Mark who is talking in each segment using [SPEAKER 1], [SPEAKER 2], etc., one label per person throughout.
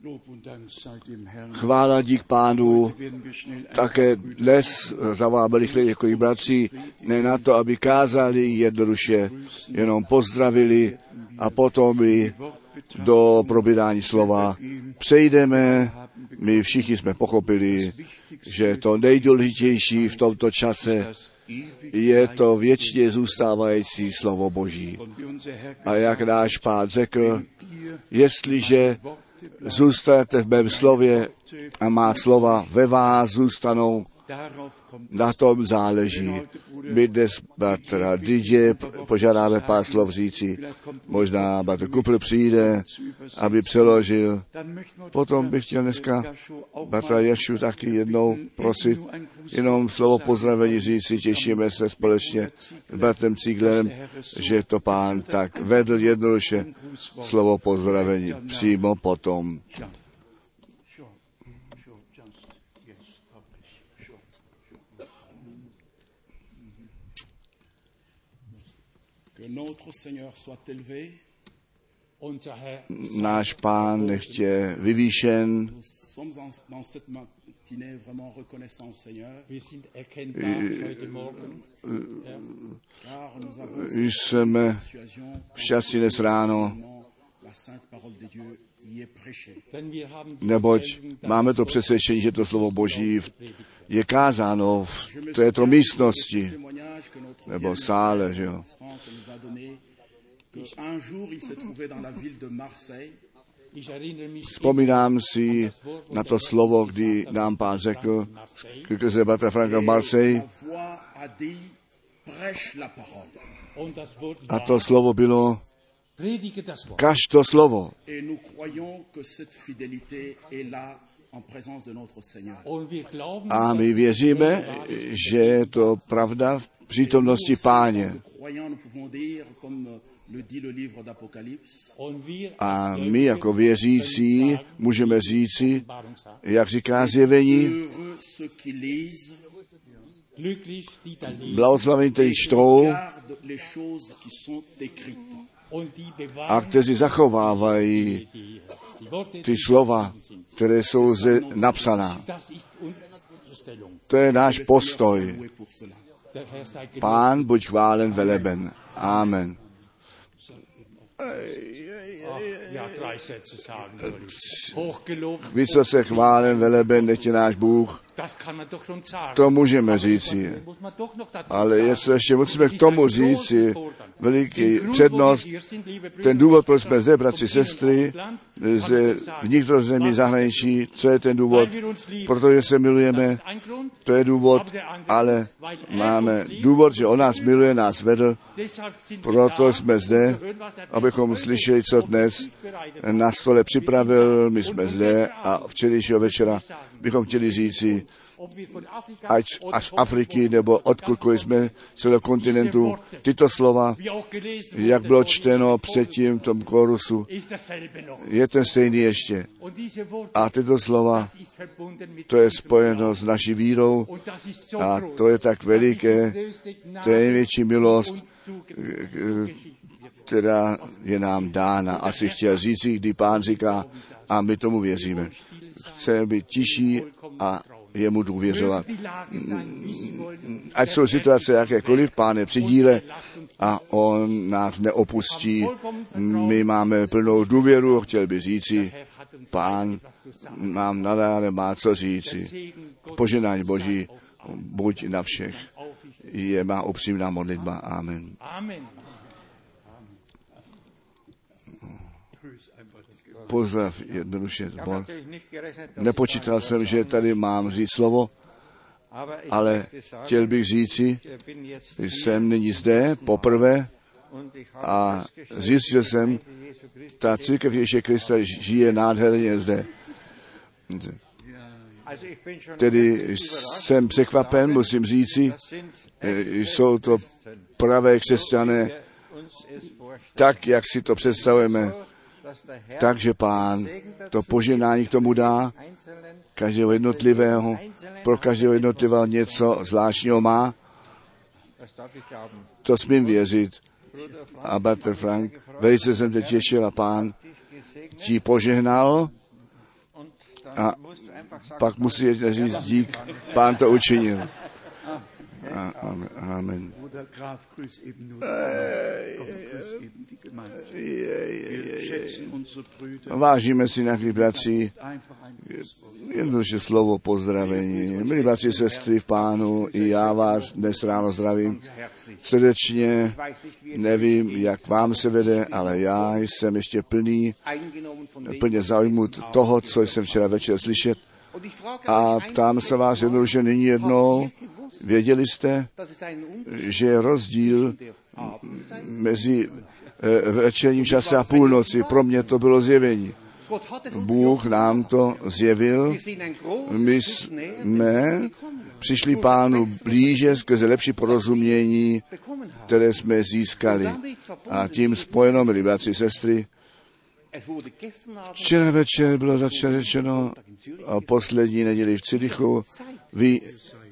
[SPEAKER 1] Chvála dík Pánu, také dnes zavoláme rychle jako bratři, ne na to, aby kázali jednoduše, jenom pozdravili a potom i do probírání slova přejdeme. My všichni jsme pochopili, že to nejdůležitější v tomto čase je to věčně zůstávající slovo Boží. A jak náš Pán řekl, jestliže zůstanete v mém slově a má slova ve vás zůstanou, na tom záleží. My dnes bratra Didier požádáme pár slov říci, možná bratr Kupl přijde, aby přeložil. Potom bych chtěl dneska bratra Ješu taky jednou prosit, jenom slovo pozdravení říci, těšíme se společně s bratrem Ciglerem, že to Pán tak vedl jednoduše slovo pozdravení přímo potom. Náš Pán nechť je vyvýšen. Jsme šťastní dnes ráno, neboť máme to přesvědčení, že to slovo Boží je kázáno v této místnosti nebo sále, že jo. Vzpomínám si na to slovo, kdy nám Pán řekl, skrze bratra Franka v Marseille, a to slovo bylo kaž to slovo. A my věříme, že je to pravda v přítomnosti Páně. A my jako věřící můžeme říci, jak říká Zjevení, blahoslavení, kteří čtou a kteří zachovávají ty slova, které jsou zde napsaná. To je náš postoj. Pán buď chválen, veleben. Amen. Vysoce chválen, veleben, nech je náš Bůh. To můžeme říci. Ale ještě musíme k tomu říci veliký přednost. Ten důvod, proč jsme zde, bratři, sestry, z vnitrozemí zahraničí, co je ten důvod? Protože se milujeme, to je důvod, ale máme důvod, že on nás miluje, nás vedl, proto jsme zde, abychom slyšeli, co dnes na stole připravil, my jsme zde a včerejšího večera bychom chtěli říci, ať z Afriky nebo odkudkoliv jsme celého kontinentu, tyto slova, jak bylo čteno předtím v tom korusu, je ten stejný ještě. A tyto slova, to je spojeno s naší vírou a to je tak veliké, to je největší milost, která je nám dána. Asi chtěl říci, kdy Pán říká, a my tomu věříme. Chceme být tiší a jemu důvěřovat. Ať jsou situace jakékoliv, Pán je při díle a on nás neopustí. My máme plnou důvěru, chtěl by říci, Pán nám nadále má co říci. Požehnání Boží buď na všech. Je má upřímná modlitba. Amen. Pozdrav jednoduše. Nepočítal jsem, že tady mám říct slovo, ale chtěl bych říci, jsem nyní zde poprvé a zjistil jsem, ta církev Ježíše Krista žije nádherně zde. Tedy jsem překvapen, musím říci, jsou to pravé křesťané, tak, jak si to představujeme. Takže Pán to požehnání k tomu dá, každého jednotlivého, pro každého jednotlivého něco zvláštního má. To smím věřit. A bratr Frank, velice jsem teď těšil a Pán ti požehnal A pak musí říct dík, Pán to učinil. Amen. Vážíme si našich bratří, jednoduše slovo pozdravení. Milí bratři, sestry v Pánu, i já vás dnes ráno zdravím srdečně. Nevím, jak vám se vede, ale já jsem ještě plně zaujmut toho, co jsem včera večer slyšet. A ptám se vás jednoduše nyní jednou, věděli jste, že je rozdíl mezi večerním čase a půlnoci? Pro mě to bylo zjevení. Bůh nám to zjevil. My jsme přišli Pánu blíže skrze lepší porozumění, které jsme získali. A tím spojeno, milí bratři, sestry, včera večer bylo řečeno a poslední neděli v Cirichu, vy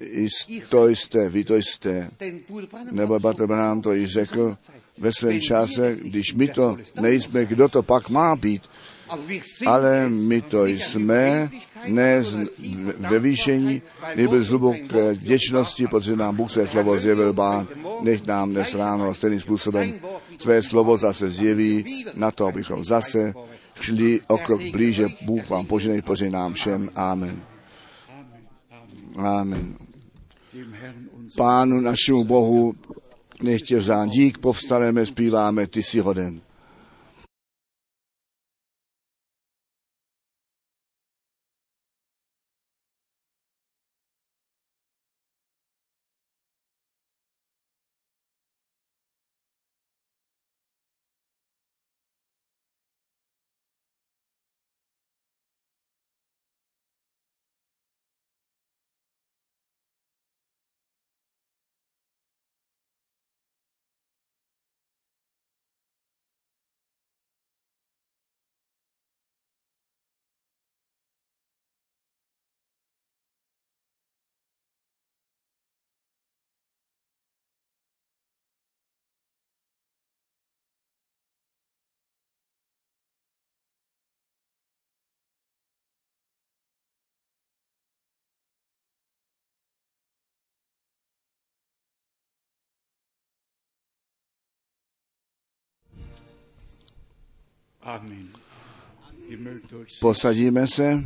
[SPEAKER 1] to jste. Nebo Bratr Branham to již řekl ve svém čase, když my to nejsme, kdo to pak má být. Ale my to jsme, ne ve výšení, nebo z hluboké vděčnosti, protože nám Bůh své slovo zjevil, Pán, nech nám dnes ráno stejným způsobem své slovo zase zjeví, na to, abychom zase šli o krok blíže. Bůh vám požehnej, nám všem. Amen. Amen. Pánu našemu Bohu nechtě vzdát dík, povstaneme, zpíváme, ty jsi hoden. Posadíme se.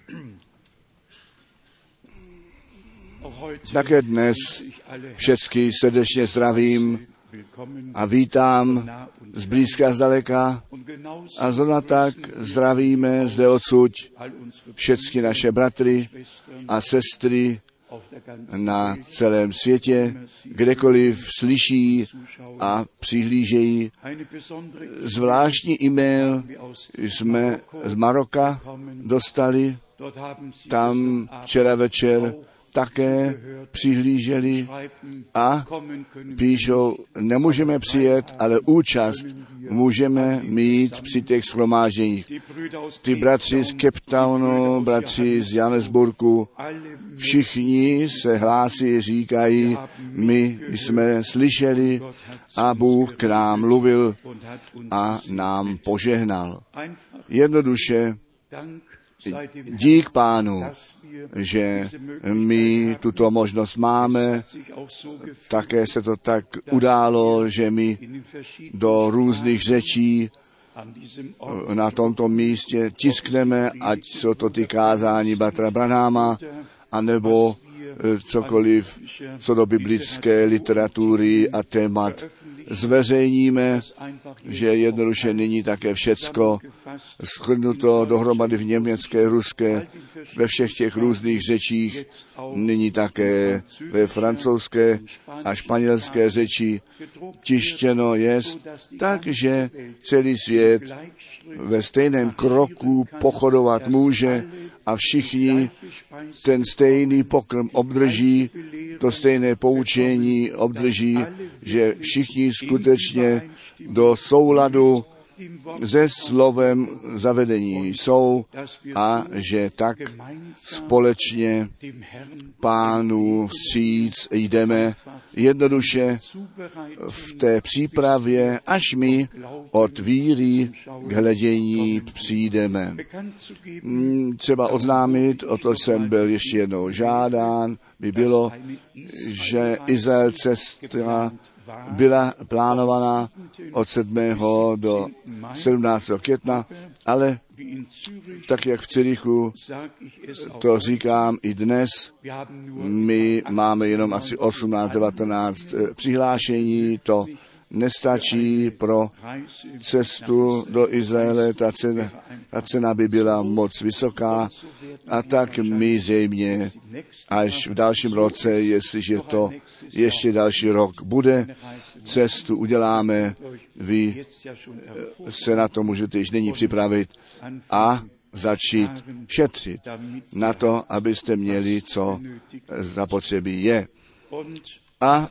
[SPEAKER 1] Také dnes všechny srdečně zdravím a vítám zblízka, zdaleka a zrovna tak zdravíme zde odsud všechny naše bratry a sestry na celém světě, kdekoliv slyší a přihlížejí. Zvláštní e-mail jsme z Maroka dostali, tam včera večer také přihlíželi a píšou, nemůžeme přijet, ale účast můžeme mít při těch shromážděních. Ty bratři z Cape Townu, bratři z Johannesburgu, všichni se hlásí, říkají, my jsme slyšeli a Bůh k nám mluvil a nám požehnal. Jednoduše dík Pánu, že my tuto možnost máme. Také se to tak událo, že my do různých řečí na tomto místě tiskneme, ať jsou to ty kázání Bratra Branhama, anebo cokoliv, co do biblické literatury a témat zveřejníme, že jednoduše nyní také všecko shrnuto dohromady v německé, ruské, ve všech těch různých řečích, nyní také ve francouzské a španělské řeči tištěno jest, takže celý svět ve stejném kroku pochodovat může a všichni ten stejný pokrm obdrží, to stejné poučení obdrží, že všichni skutečně do souladu se slovem zavedení jsou a že tak společně Pánu vstříc jdeme jednoduše v té přípravě, až my od víry k hledění přijdeme. Třeba oznámit, o to jsem byl ještě jednou žádán, by bylo, že Izrael cesta byla plánovaná od 7. do 17. května, ale tak, jak v Cirichu, to říkám i dnes, my máme jenom asi 18-19 přihlášení, to nestačí pro cestu do Izraele, ta cena by byla moc vysoká a tak my zřejmě až v dalším roce, jestliže to ještě další rok bude, cestu uděláme, vy se na to můžete již nyní připravit a začít šetřit na to, abyste měli, co zapotřebí je. A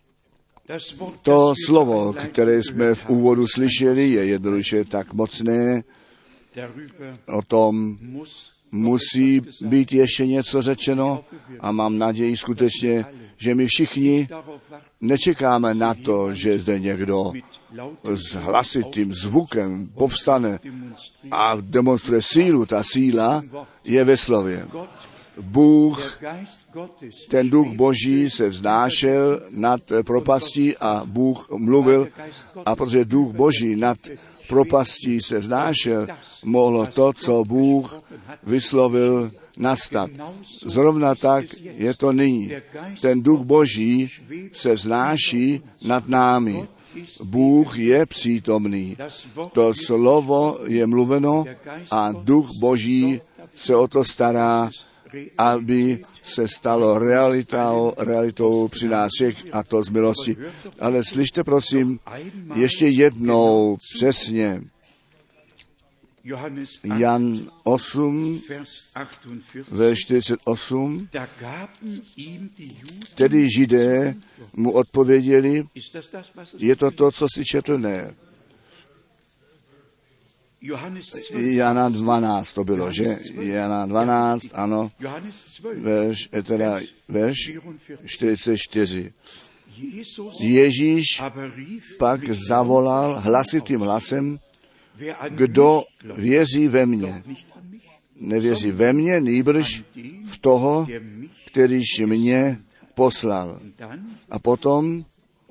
[SPEAKER 1] to slovo, které jsme v úvodu slyšeli, je jednoduše tak mocné. O tom musí být ještě něco řečeno a mám naději skutečně, že my všichni nečekáme na to, že zde někdo s hlasitým zvukem povstane a demonstruje sílu. Ta síla je ve slově. Bůh, ten duch Boží se vznášel nad propastí a Bůh mluvil, a protože duch Boží nad propastí se vznášel, mohlo to, co Bůh vyslovil, nastat. Zrovna tak je to nyní. Ten duch Boží se vznáší nad námi. Bůh je přítomný. To slovo je mluveno a duch Boží se o to stará, aby se stalo realitou při nás všech, a to z milosti. Ale slyšte prosím ještě jednou přesně. Jan 8, verš 48, tedy Židé mu odpověděli, je to to, co si četl? Ne. Jana 12 to bylo, že? Jana 12, ano, verš 44. Ježíš pak zavolal hlasitým hlasem, kdo věří ve mně. Nevěří ve mně, nýbrž v toho, kterýž mě poslal. A potom,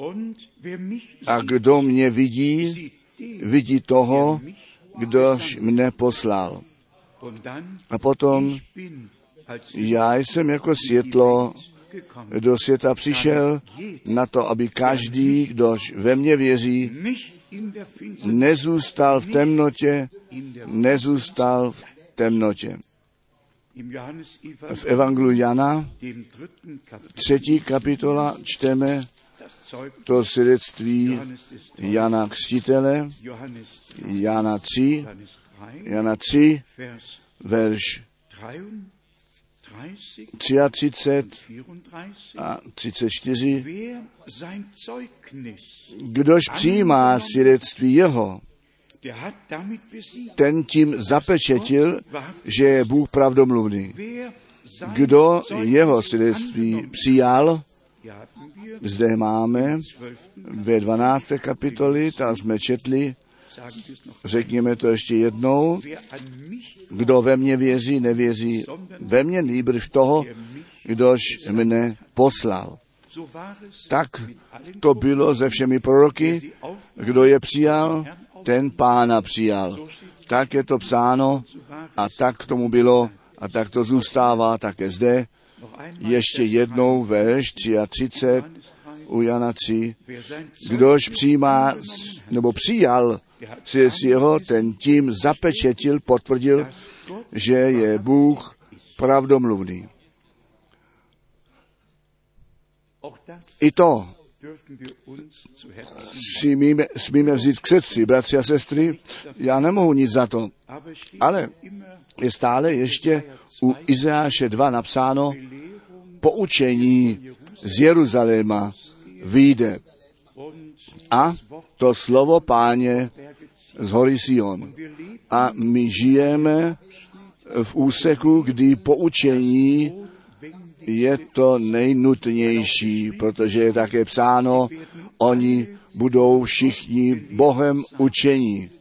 [SPEAKER 1] a kdo mě vidí, vidí toho, kdož mne poslal. A potom, já jsem jako světlo do světa přišel na to, aby každý, kdož ve mně věří, nezůstal v temnotě. V Evangeliu Jana, 3. kapitola, čteme to svědectví Jana Křtitele, Jana 3, verš 33 a 34. Kdož přijímá svědectví jeho, ten tím zapečetil, že je Bůh pravdomluvný. Kdo jeho svědectví přijal, zde máme ve 12. kapitoli, tam jsme četli, řekněme to ještě jednou, kdo ve mně věří, nevěří ve mně, nýbrž toho, kdož mne poslal. Tak to bylo se všemi proroky, kdo je přijal, ten Pána přijal. Tak je to psáno a tak tomu bylo a tak to zůstává také zde. Ještě jednou verš 33 u Jana 3. Kdož přijímá, nebo přijal svědectví jeho, ten tím zapečetil, potvrdil, že je Bůh pravdomluvný. I to smíme vzít k srdci, bratři a sestry. Já nemohu nic za to, ale je stále ještě u Izajáše 2 napsáno, poučení z Jeruzaléma vyjde. A to slovo Páně z hory Sion. A my žijeme v úseku, kdy poučení je to nejnutnější, protože je také psáno, oni budou všichni Bohem učení.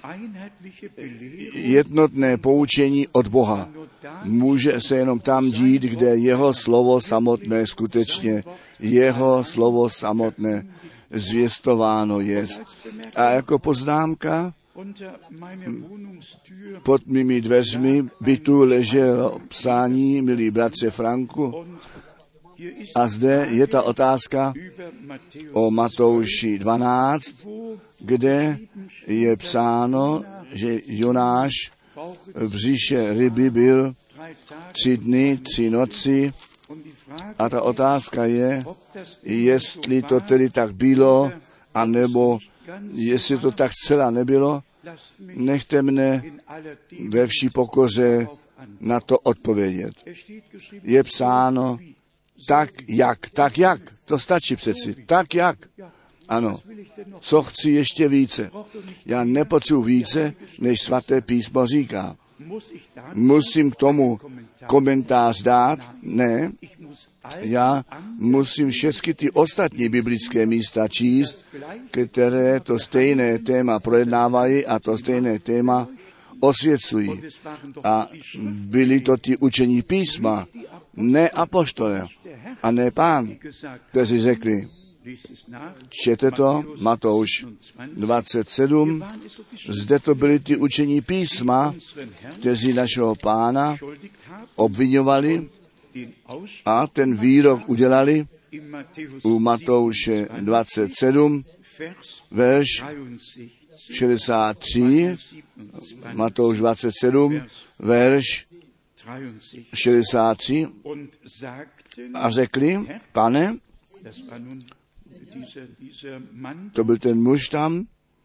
[SPEAKER 1] Jednotné poučení od Boha může se jenom tam dít, kde jeho slovo samotné skutečně, jeho slovo samotné zvěstováno je. A jako poznámka, pod mými dveřmi bytu leželo psání, milí bratře Franku, a zde je ta otázka o Matouši 12, kde je psáno, že Jonáš v břiše ryby byl 3 dny, 3 noci. A ta otázka je, jestli to tedy tak bylo, anebo jestli to tak zcela nebylo. Nechte mne ve vší pokoře na to odpovědět. Je psáno, tak jak, to stačí přeci, tak jak. Ano, co chci ještě více? Já nepotřebuji více, než svaté písmo říká. Musím k tomu komentář dát? Ne. Já musím všechny ty ostatní biblické místa číst, které to stejné téma projednávají a to stejné téma osvěcují. A byli to ty učení písma, ne apoštole a ne Pán, kteří řekli, čtěte to, Matouš 27, zde to byly ty učení písma, kteří našeho Pána obviňovali a ten výrok udělali u Matouše 27, verš 63, Matouš 27, verš 63, a řekli, Pane, to byl ten muž tam,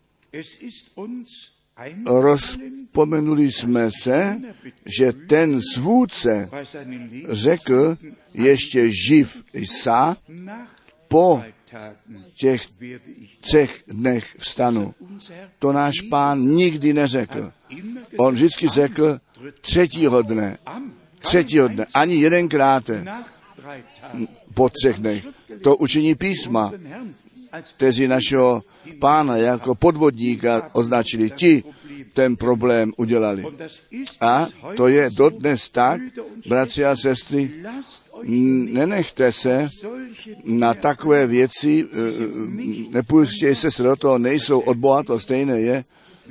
[SPEAKER 1] rozpomenuli jsme se, že ten svůdce řekl, ještě živ jsa, po těch 3 dnech vstanu. To náš Pán nikdy neřekl. On vždycky řekl 3. dne, ani jedenkrát po 3 dnech. To učení písma, kteří našeho Pána jako podvodníka označili, ti ten problém udělali. A to je dodnes tak, bratři a sestry, nenechte se na takové věci, nepustěj se do toho, nejsou od Boha, to stejné je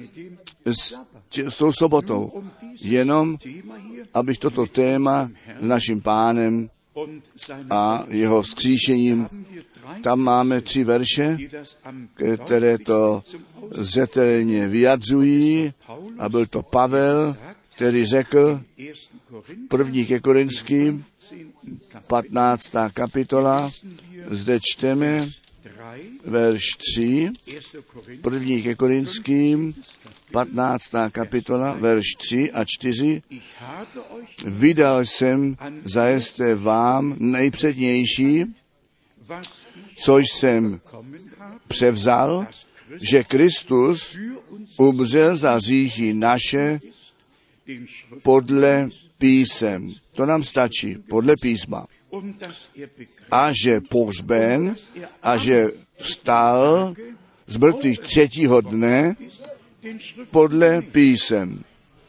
[SPEAKER 1] s tou sobotou. Jenom, abych toto téma s naším Pánem a jeho vzkříšením, tam máme 3 verše, které to zřetelně vyjadřují, a byl to Pavel, který řekl v 1. ke Korinským, 15. kapitola, zde čteme verš 3, 1. ke Korinským, 15. kapitola, verš 3 a 4. Vydal jsem zajisté vám nejpřednější, co jsem převzal, že Kristus umřel za hříchy naše podle písem. To nám stačí, podle písma. A že pohřben a že vstal z mrtvých 3. dne podle písem.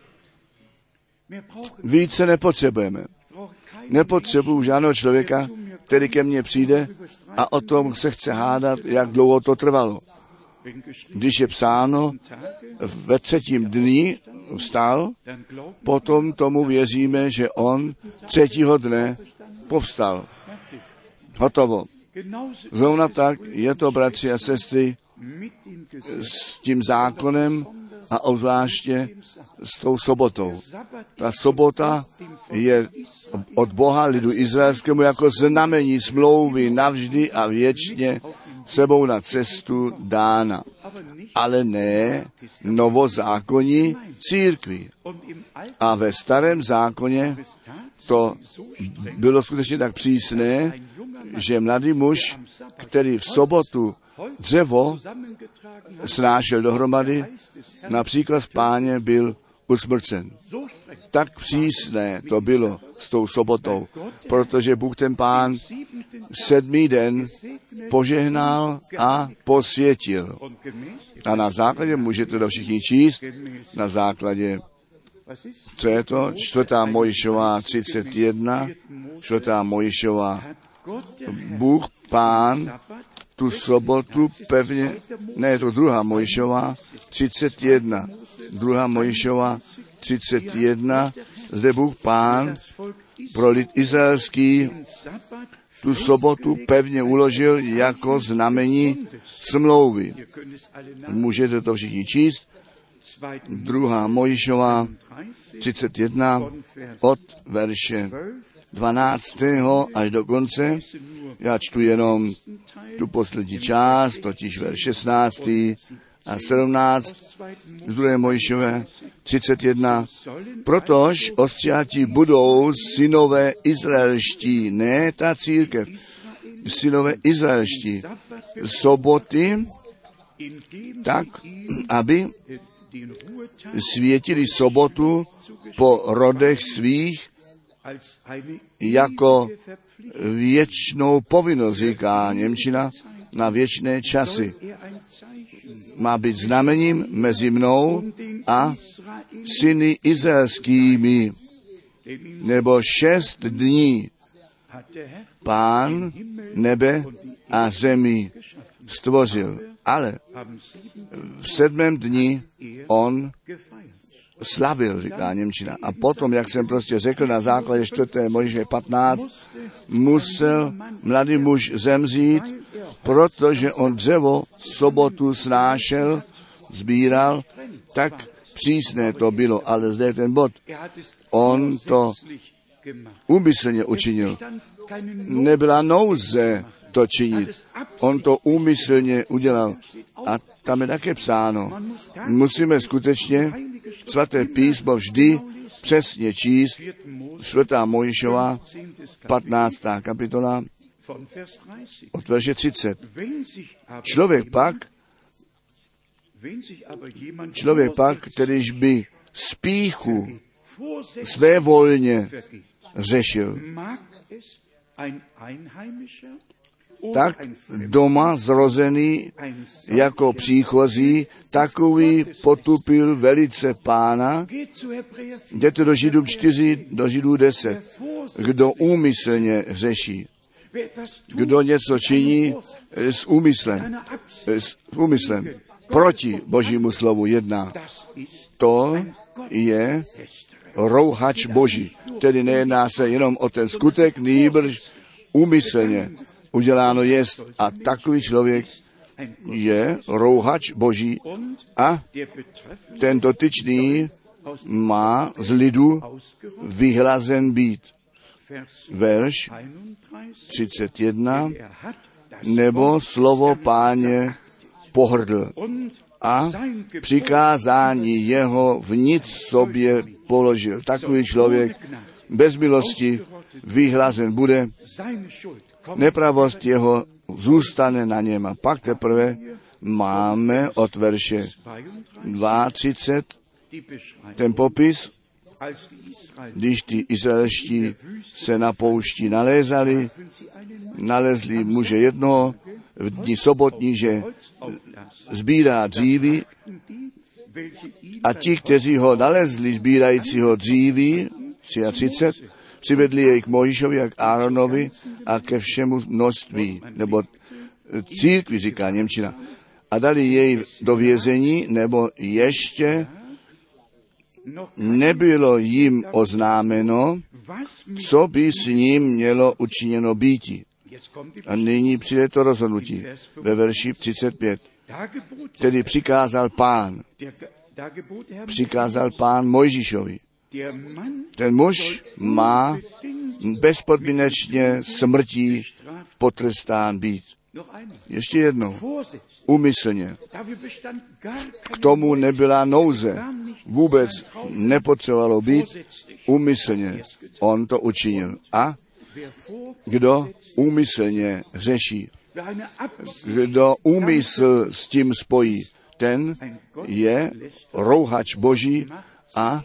[SPEAKER 1] Více nepotřebujeme. Nepotřebuji žádného člověka, který ke mně přijde a o tom se chce hádat, jak dlouho to trvalo. Když je psáno, ve 3. dni vstal, potom tomu věříme, že on 3. dne povstal. Hotovo. Zrovna tak je to, bratři a sestry, s tím zákonem a obzvláště s tou sobotou. Ta sobota je od Boha lidu izraelskému jako znamení smlouvy navždy a věčně sebou na cestu dána. Ale ne novozákonní církvi. A ve starém zákoně to bylo skutečně tak přísné, že mladý muž, který v sobotu dřevo snášel dohromady, například Páně byl usmrcen. Tak přísné to bylo s tou sobotou, protože Bůh ten Pán 7. den požehnal a posvětil. A na základě, můžete to všichni číst, na základě, co je to? 4. Mojžíšova 31, 4. Mojžíšova. Bůh Pán tu sobotu pevně, ne, je to 2. Mojžíšova 31, 2. Mojžíšova 31, zde Bůh Pán pro lid izraelský tu sobotu pevně uložil jako znamení smlouvy. Můžete to všichni číst. 2. Mojžíšova 31 od verše 12. až do konce. Já čtu jenom tu poslední část, totiž verš 16. a 17 z 2. Mojžíšové 31. Protož ostřáti budou synové izraelští, ne ta církev, synové izraelští, soboty, tak, aby světili sobotu po rodech svých jako věčnou povinnost, říká němčina, na věčné časy. Má být znamením mezi mnou a syny izraelskými, nebo 6 dní Pán nebe a zemi stvořil, ale v 7. dni on slavil, říká němčina. A potom, jak jsem prostě řekl, na základě 4. Mojžíše 15, musel mladý muž zemřít, protože on dřevo sobotu snášel, sbíral, tak přísné to bylo, ale zde je ten bod. On to úmyslně učinil. Nebyla nouze to činit. On to úmyslně udělal. A tam je také psáno. Musíme skutečně svaté písmo vždy přesně číst. 4. Mojžíšova 15. kapitola od verše 30. Člověk pak, kterýž by z pýchu svévolně řešil, tak doma zrozený jako příchozí, takový potupil velice Pána. Jděte do Židů 4, do Židů 10. Kdo úmyslně řeší, kdo něco činí s úmyslem, proti Božímu slovu jedná, to je rouhač Boží. Tedy nejedná se jenom o ten skutek, nýbrž úmyslně uděláno jest. A takový člověk je rouhač Boží a ten dotyčný má z lidu vyhlazen být. Verš 31. Nebo slovo Páně pohrdl a přikázání jeho v nic sobě položil. Takový člověk bez milosti vyhlazen bude, nepravost jeho zůstane na něm. A pak teprve máme od verše 32 ten popis, když ty izraelští se na poušti nalezli muže jednoho v dní sobotní, že sbírá dříví, a ti, kteří ho nalezli sbírajícího dříví, 33, přivedli jej k Mojžíšovi a k Áronovi a ke všemu množství, nebo církvi, říká němčina, a dali jej do vězení, nebo ještě nebylo jim oznámeno, co by s ním mělo učiněno býti. A nyní přijde to rozhodnutí ve verši 35. Tedy přikázal Pán Mojžíšovi. Ten muž má bezpodmínečně smrtí potrestán být. Ještě jednou, úmyslně. K tomu nebyla nouze. Vůbec nepotřebovalo být úmyslně. On to učinil. A kdo úmyslně řeší, kdo úmysl s tím spojí, ten je rouhač Boží a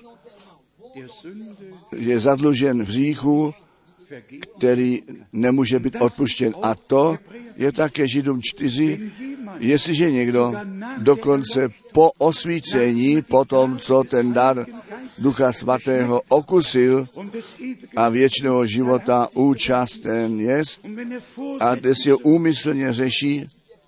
[SPEAKER 1] je zadlužen v hříchu, který nemůže být odpuštěn. A to je také Židům 4, jestliže někdo dokonce po osvícení, po tom, co ten dar Ducha Svatého okusil a věčného života účasten jest, a kde si ho úmyslně řeší,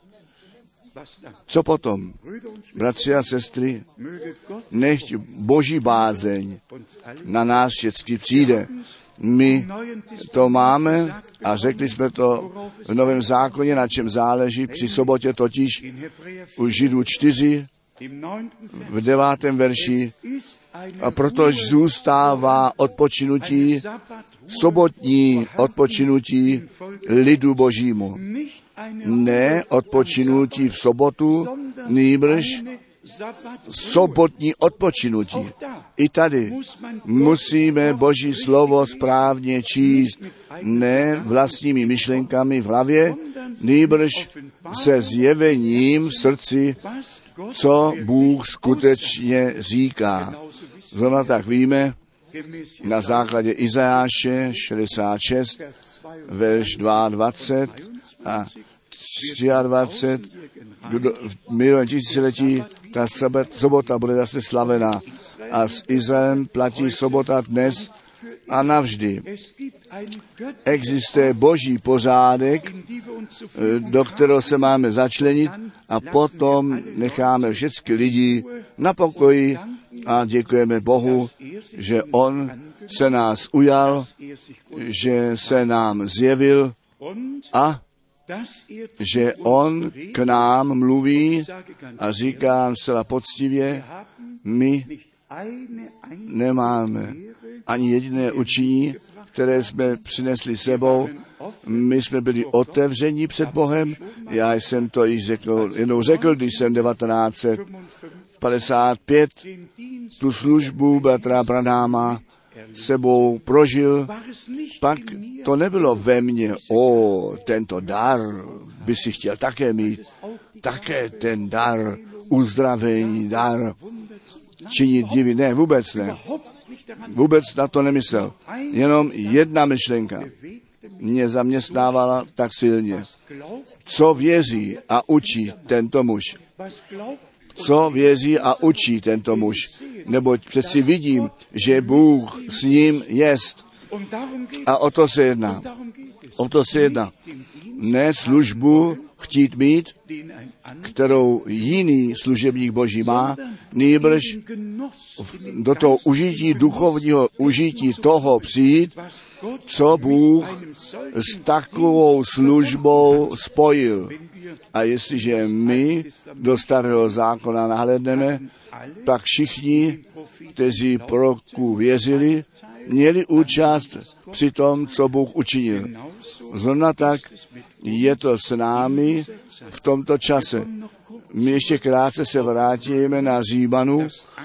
[SPEAKER 1] co potom? Bratři a sestry, nechť Boží bázeň na nás vždycky přijde. My to máme a řekli jsme to v Novém zákoně, na čem záleží při sobotě, totiž u Židů 4 v 9. verši. A protože zůstává odpočinutí, sobotní odpočinutí lidu Božímu. Ne odpočinutí v sobotu, nýbrž sobotní odpočinutí. I tady musíme Boží slovo správně číst, ne vlastními myšlenkami v hlavě, nýbrž se zjevením v srdci, co Bůh skutečně říká. Zrovna tak víme na základě Izajáše 66, verš 22 a 23, v minulém tisíciletí ta sobota bude zase slavená a s Izraelem platí sobota dnes a navždy. Existuje Boží pořádek, do kterého se máme začlenit a potom necháme všechny lidi na pokoji a děkujeme Bohu, že On se nás ujal, že se nám zjevil a že On k nám mluví a říkám zcela poctivě, my nemáme ani jediné učení, které jsme přinesli sebou. My jsme byli otevření před Bohem. Já jsem to již jednou řekl, když jsem 1955 tu službu bratra Branáma sebou prožil, pak to nebylo ve mně, tento dar by si chtěl také mít, také ten dar uzdravení, dar činit divy. Ne, vůbec ne. Vůbec na to nemyslel. Jenom jedna myšlenka mě zaměstnávala tak silně. Co věří a učí tento muž? Co věří a učí tento muž? Neboť přeci vidím, že Bůh s ním jest. A o to se jedná. O to se jedná. Ne službu chtít mít, kterou jiný služebník Boží má, nýbrž do toho užití, duchovního užití toho přijít, co Bůh s takovou službou spojil. A jestliže my do starého zákona nahlédneme, tak všichni, kteří proroků věřili, měli účast při tom, co Bůh učinil. Zrovna tak je to s námi v tomto čase. My ještě krátce se vrátíme na Římanu,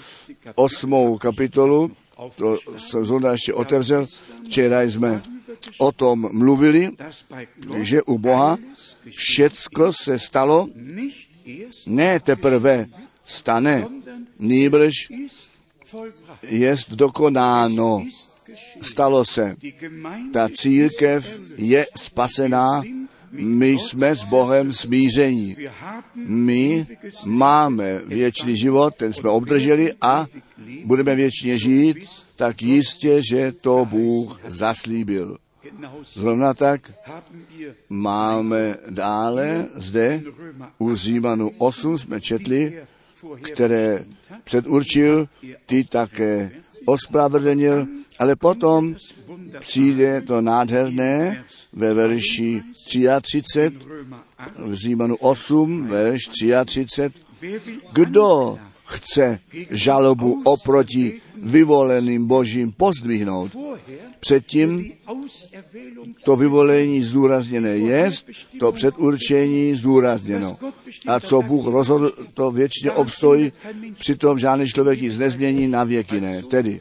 [SPEAKER 1] 8. kapitolu, to jsem zrovna ještě otevřel. Včera jsme o tom mluvili, že u Boha všecko se stalo, ne teprve stane, nýbrž jest dokonáno. Stalo se. Ta církev je spasená, my jsme s Bohem smíření. My máme věčný život, ten jsme obdrželi a budeme věčně žít, tak jistě, že to Bůh zaslíbil. Zrovna tak máme dále zde u Římanu 8 jsme četli, které předurčil, ty také ospravedlnil, ale potom přijde to nádherné ve verši 33, v Římanu 8, verš 33, kdo chce žalobu oproti vyvoleným Božím pozdvihnout. Předtím to vyvolení zdůrazněné jest, to předurčení zdůrazněno. A co Bůh rozhodl, to věčně obstojí, přitom žádný člověk nic nezmění, na věky ne. Tedy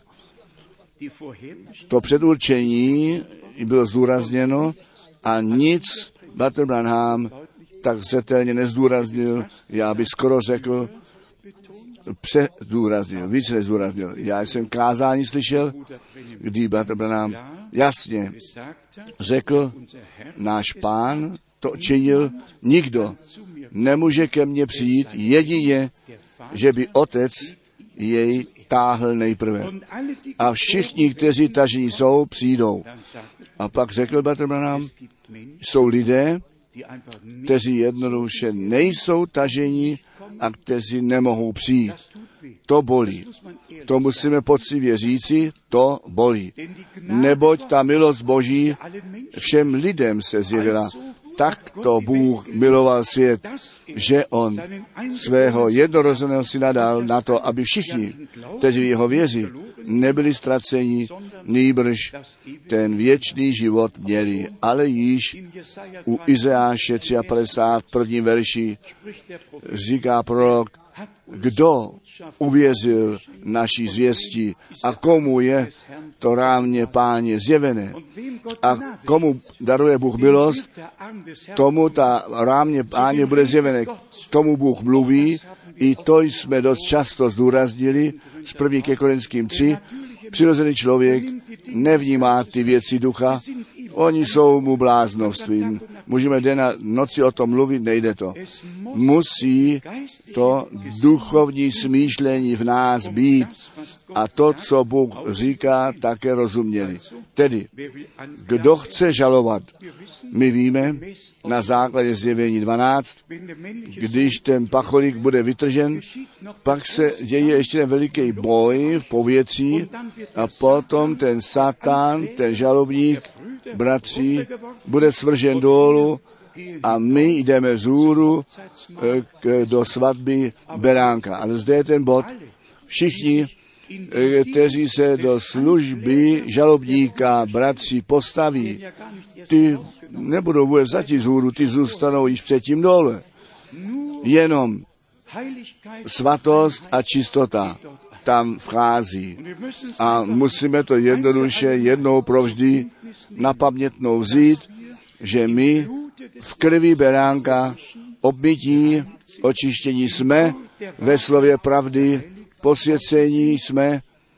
[SPEAKER 1] to předurčení bylo zdůrazněno a nic Bratr Branham tak zřetelně nezdůraznil, já bych skoro řekl, předůraznil, víc nezdůraznil. Já jsem kázání slyšel, kdy Bratr Branham jasně řekl, náš Pán to činil, nikdo nemůže ke mně přijít, jedině, že by Otec jej táhl nejprve. A všichni, kteří tažení jsou, přijdou. A pak řekl Bratr Branham, jsou lidé, kteří jednoduše nejsou tažení a kteří nemohou přijít. To bolí. To musíme poctivě říci, to bolí. Neboť ta milost Boží všem lidem se zjevila. Tak to Bůh miloval svět, že on svého jednorozeného syna dal na to, aby všichni, kteří v jeho věří, nebyli ztraceni, nýbrž ten věčný život měli. Ale již u Izajáše 53. prvním verši říká prorok, kdo uvěřil naší zvěsti a komu je to rávně Páně zjevené a komu daruje Bůh milost, tomu ta rávně Páně bude zjevené, tomu Bůh mluví, i to jsme dost často zdůraznili z 1. Korinským 3, přirozený člověk nevnímá ty věci ducha, oni jsou mu bláznovstvím. Můžeme den a noci o tom mluvit, nejde to. Musí to duchovní smýšlení v nás být a to, co Bůh říká, také rozuměli. Tedy, kdo chce žalovat, my víme na základě zjevení 12, když ten pacholík bude vytržen, pak se děje ještě ten veliký boj v povětří a potom ten Satan, ten žalobník, bratři, bude svržen dolů a my jdeme vzhůru do svatby beránka. Ale zde je ten bod. Všichni, kteří se do služby žalobníka, bratři, postaví, ty nebudou vůbec zatím vzhůru, ty zůstanou již předtím dole. Jenom svatost a čistota tam vchází. A musíme to jednoduše jednou provždy na pamětnou vzít, že my v krvi beránka obmytí, očištění jsme, ve slově pravdy, posvěcení jsme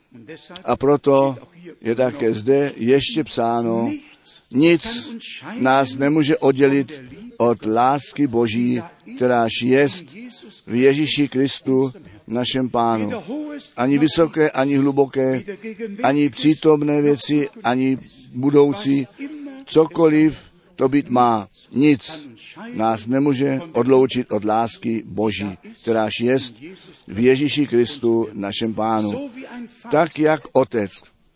[SPEAKER 1] a proto je také zde ještě psáno, nic nás nemůže oddělit od lásky Boží, kteráž jest v Ježíši Kristu, našem Pánu. Ani vysoké, ani hluboké, ani přítomné věci, ani budoucí, cokoliv to být má, nic nás nemůže odloučit od lásky Boží, kteráž jest v Ježíši Kristu, našem Pánu. Tak jak Otec,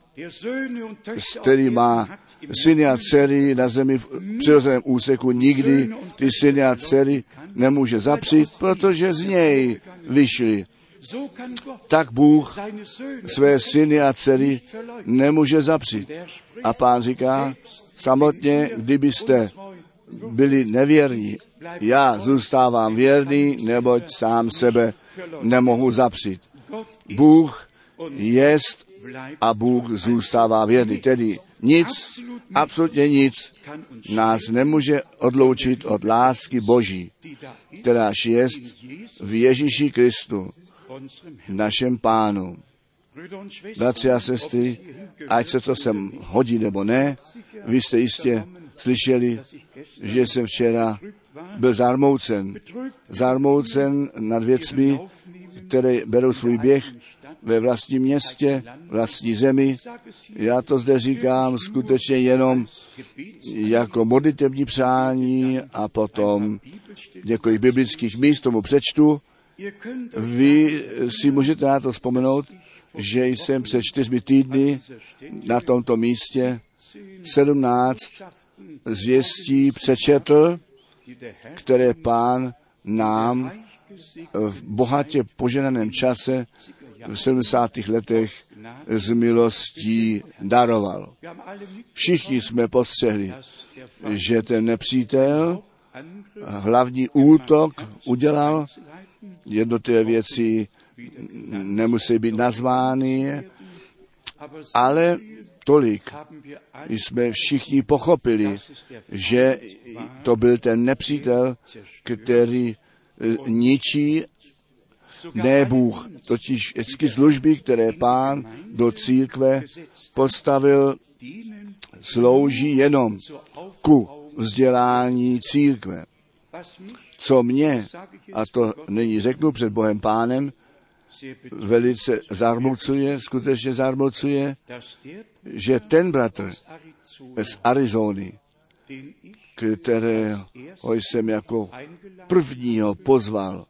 [SPEAKER 1] který má syny a dcery na zemi v přirozeném úseku, nikdy ty syny a dcery nemůže zapřít, protože z něj vyšli. Tak Bůh své syny a dcery nemůže zapřít. A Pán říká, samotně, kdybyste byli nevěrní, já zůstávám věrný, neboť sám sebe nemohu zapřít. Bůh jest a Bůh zůstává věrný. Tedy nic, absolutně nic nás nemůže odloučit od lásky Boží, kteráž jest v Ježíši Kristu, našem Pánu. Bratři a sestry, ať se to sem hodí nebo ne, vy jste jistě slyšeli, že jsem včera byl zarmoucen nad věcmi, které berou svůj běh ve vlastním městě, vlastní zemi. Já to zde říkám skutečně jenom jako modlitební přání a potom několik biblických míst tomu přečtu. Vy si můžete na to vzpomenout, že jsem před 4 týdny na tomto místě 17 zvěstí přečetl, které Pán nám v bohatě poženaném čase v 70. letech z milostí daroval. Všichni jsme postřehli, že ten nepřítel hlavní útok udělal, jednotlivé věci nemusí být nazvány, Ale tolik jsme všichni pochopili, že to byl ten nepřítel, který ničí ne Bůh, totiž všechny služby, které Pán do církve postavil, slouží jenom ku vzdělání církve. Co mě, a to nyní řeknu před Bohem Pánem, velice zarmucuje, skutečně zarmucuje, že ten bratr z Arizony, kterého jsem jako prvního pozval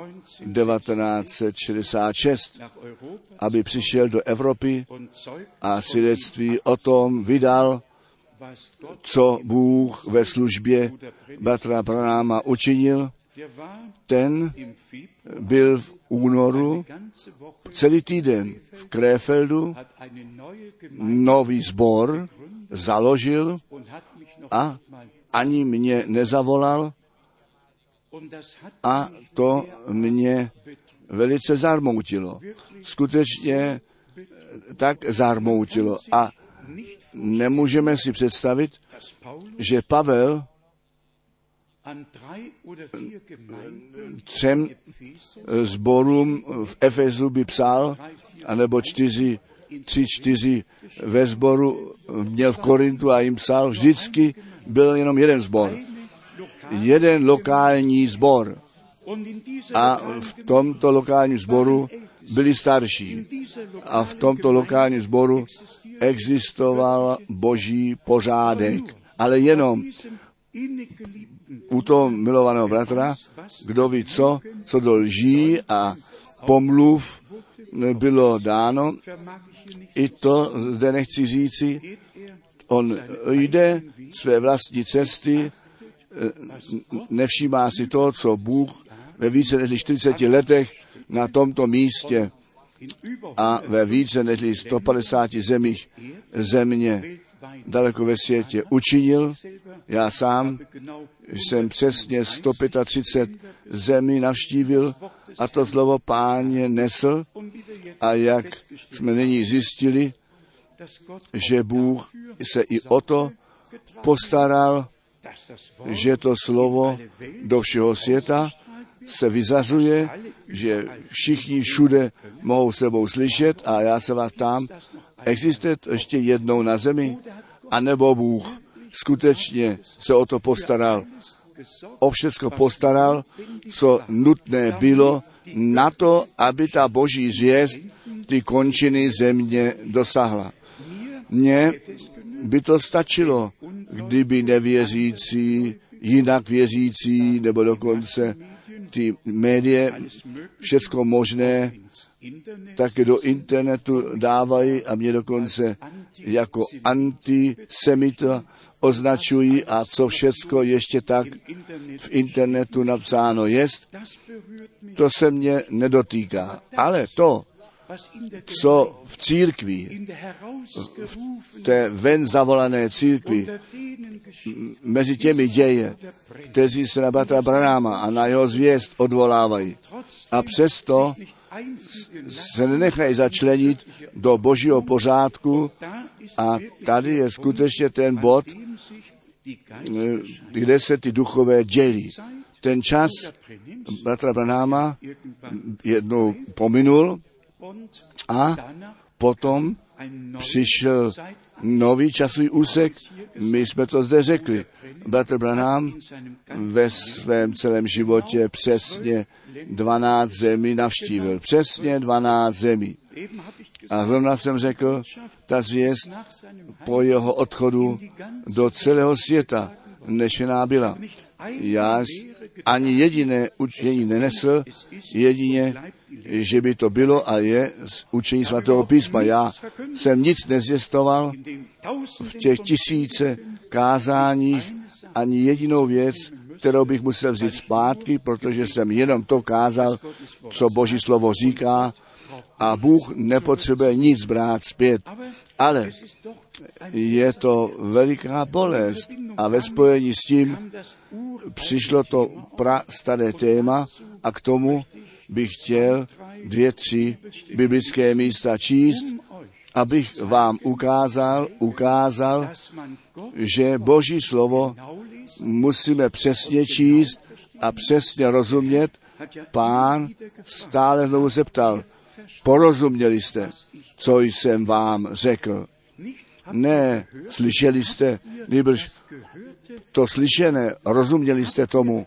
[SPEAKER 1] 1966, aby přišel do Evropy a svědectví o tom vydal, co Bůh ve službě bratra Branhama učinil. Ten byl v únoru celý týden v Krefeldu, nový sbor založil a ani mě nezavolal a to mě velice zarmoutilo. Skutečně tak zarmoutilo a nemůžeme si představit, že Pavel 3 sborům v Efesu by psal, anebo 4 ve sboru měl v Korintu a jim psal, vždycky byl jenom jeden sbor. Jeden lokální sbor. A v tomto lokálním sboru byli starší. A v tomto lokálním sboru existoval boží pořádek. Ale jenom u toho milovaného bratra, kdo ví co do lží a pomluv bylo dáno, i to zde nechci říci, on jde své vlastní cesty, nevšímá si to, co Bůh ve více než 40 letech na tomto místě a ve více než 150 zemích země daleko ve světě učinil. Já sám jsem přesně 135 zemí navštívil a to slovo Páně nesl a jak jsme nyní zjistili, že Bůh se i o to postaral, že to slovo do všeho světa se vyzařuje, že všichni všude mohou sebou slyšet a já se vás ptám, existuje to ještě jednou na zemi? A nebo Bůh skutečně se o to postaral, o všecko postaral, co nutné bylo na to, aby ta boží zvěst ty končiny země dosahla. Mně by to stačilo, kdyby nevěřící, jinak věřící, nebo dokonce ty média, všecko možné, také do internetu dávají a mě dokonce jako antisemita označují a co všecko ještě tak v internetu napsáno jest, to se mě nedotýká. Ale to, co v církvi, v té ven zavolané církvi, mezi těmi děje, kteří se na bratra Branhama a na jeho zvěst odvolávají. A přesto se nenechají začlenit do božího pořádku a tady je skutečně ten bod, kde se ty duchové dělí. Ten čas bratra Branhama jednou pominul a potom přišel nový časový úsek, my jsme to zde řekli. Bratr Branham ve svém celém životě přesně 12 zemí navštívil. Přesně 12 zemí. A zrovna jsem řekl, ta zvěst po jeho odchodu do celého světa nešená byla. Já ani jediné učení nenesl, jedině, že by to bylo a je z učení svatého písma. Já jsem nic nezvěstoval v těch 1000 kázáních, ani jedinou věc, kterou bych musel vzít zpátky, protože jsem jenom to kázal, co Boží slovo říká a Bůh nepotřebuje nic brát zpět. Ale je to veliká bolest a ve spojení s tím přišlo to prastaré téma a k tomu bych chtěl 2-3 biblické místa číst, abych vám ukázal, že Boží slovo musíme přesně číst a přesně rozumět. Pán stále znovu se ptal, porozuměli jste, co jsem vám řekl? Ne, slyšeli jste, nýbrž to slyšené, rozuměli jste tomu.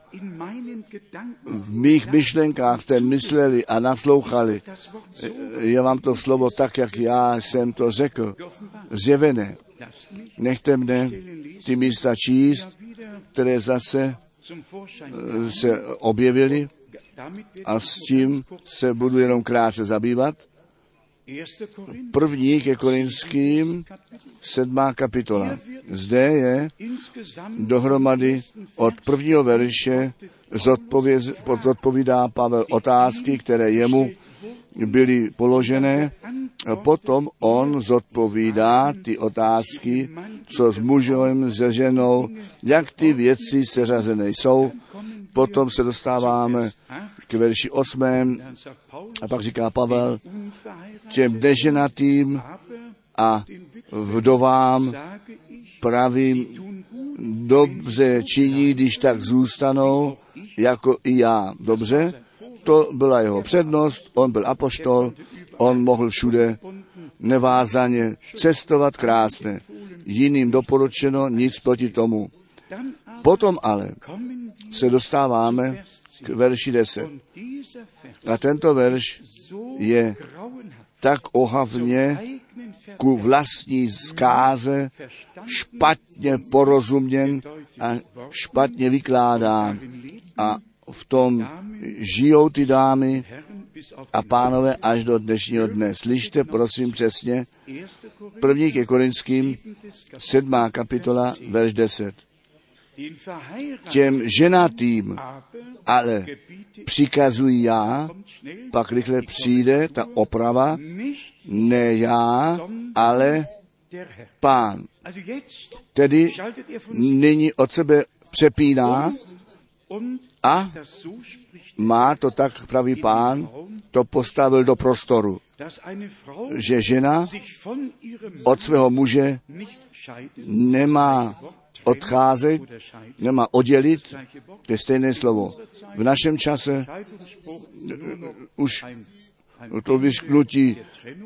[SPEAKER 1] V mých myšlenkách jste mysleli a naslouchali. Je vám to slovo tak, jak já jsem to řekl, zjevené. Nechte mne ty místa číst, které zase se objevily, a s tím se budu jenom krátce zabývat. První ke Korinským 7. kapitola. Zde je dohromady od prvního verše zodpovídá Pavel otázky, které jemu byly položené. A potom on zodpovídá ty otázky, co s mužem, se ženou, jak ty věci seřazené jsou. Potom se dostáváme k verši 8. A pak říká Pavel, těm neženatým a vdovám pravím, dobře činí, když tak zůstanou, jako i já. Dobře, to byla jeho přednost, on byl apoštol, on mohl všude nevázaně cestovat krásně. Jiným doporučeno, nic proti tomu. Potom ale se dostáváme k verši 10. A tento verš je tak ohavně ku vlastní zkáze špatně porozuměn a špatně vykládá. A v tom žijou ty dámy a pánové až do dnešního dne. Slyšte, prosím, přesně, první ke Korinským 7. kapitola, verš 10. Těm ženatým ale přikazuji já, pak rychle přijde ta oprava, ne já, ale Pán. Tedy nyní od sebe přepíná a má to tak, pravý Pán, to postavil do prostoru, že žena od svého muže nemá odcházet, nemá oddělit, to je stejné slovo. V našem čase už to vysknutí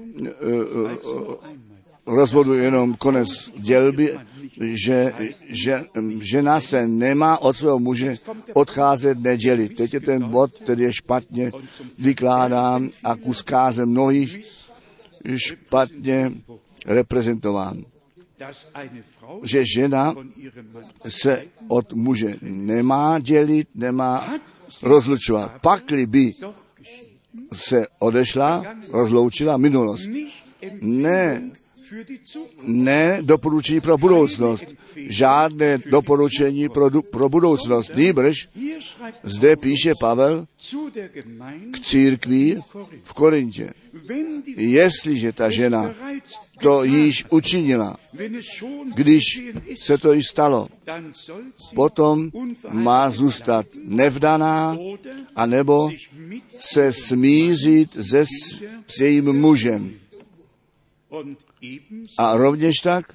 [SPEAKER 1] rozvodu jenom konec dělby, že žena se nemá od svého muže odcházet, nedělit. Teď je ten bod, který je špatně vykládán a ku zkáze mnohých špatně reprezentován. Že žena se od muže nemá dělit, nemá rozlučovat. Pakli by se odešla, rozloučila minulost. Ne doporučení pro budoucnost. Žádné doporučení pro budoucnost. Nýbrž zde píše Pavel k církvi v Korintě. Jestliže ta žena to již učinila, když se to již stalo, potom má zůstat nevdaná, anebo se smířit s jejím mužem. A rovněž tak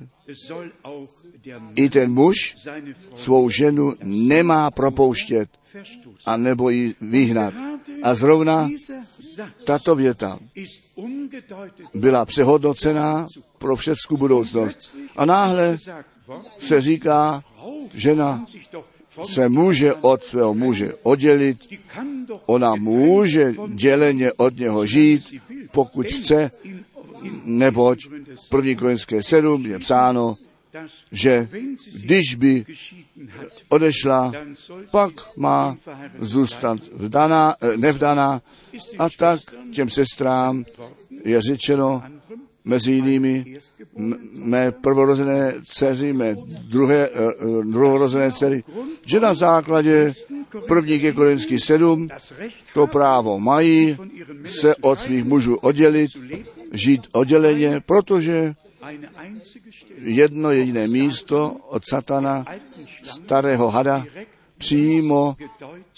[SPEAKER 1] i ten muž svou ženu nemá propouštět, anebo ji vyhnat. A zrovna tato věta byla přehodnocená pro všeckou budoucnost. A náhle se říká, žena se může od svého muže oddělit, ona může děleně od něho žít, pokud chce, neboť 1. Korinské 7 je psáno, že když by odešla, pak má zůstat nevdaná, a tak těm sestrám je řečeno, mezi jinými mé prvorozené dceři, mé druhorozené dcery, že na základě 1. Korinský 7 to právo mají se od svých mužů oddělit, žít odděleně, protože jedno jediné místo od satana, starého hada, přímo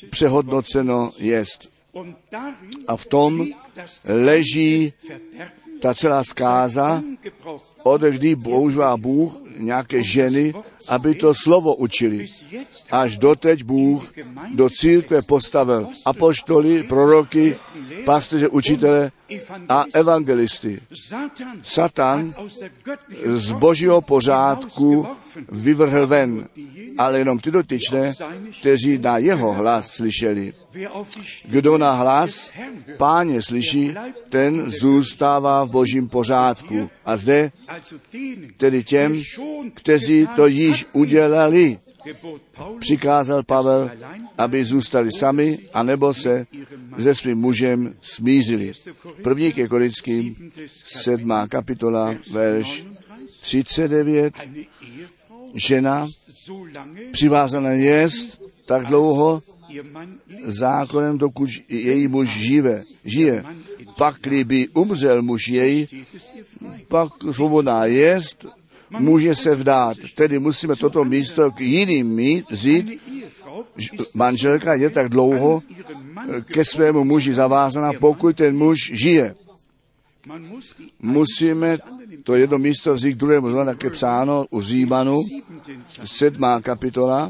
[SPEAKER 1] přehodnoceno jest. A v tom leží ta celá zkáza, od kdy používá Bůh nějaké ženy, aby to slovo učili. Až doteď Bůh do církve postavil apoštoly, proroky, pasteře, učitele a evangelisty. Satan z božího pořádku vyvrhl ven, ale jenom ty dotyčné, kteří na jeho hlas slyšeli. Kdo na hlas Páně slyší, ten zůstává v božím pořádku. A zde, tedy těm, kteří to již udělali, přikázal Pavel, aby zůstali sami, anebo se se svým mužem smířili. 1. ke Korinským 7. kapitola, verš 39. Žena přivázaná jest tak dlouho zákonem, dokud její muž žije. Pakli by umřel muž jej, pak svobodná jest, může se vdát. Tedy musíme toto místo k jiným vzít. Manželka je tak dlouho ke svému muži zavázaná, pokud ten muž žije. Musíme to jedno místo vzít k druhému, tak je psáno u Římanů, 7. kapitola,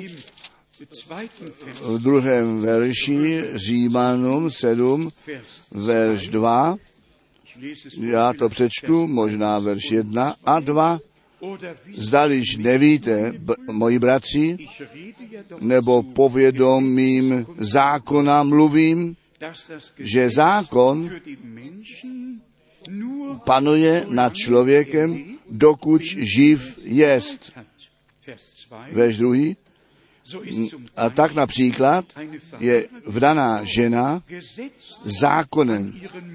[SPEAKER 1] v 2. verši, Římanům 7, verš 2. Já to přečtu, možná verš 1 a 2. Zdaliž nevíte, moji bratři, nebo povědomím zákona mluvím, že zákon panuje nad člověkem, dokud živ jest. Verš 2. A tak například je vdaná žena zákonem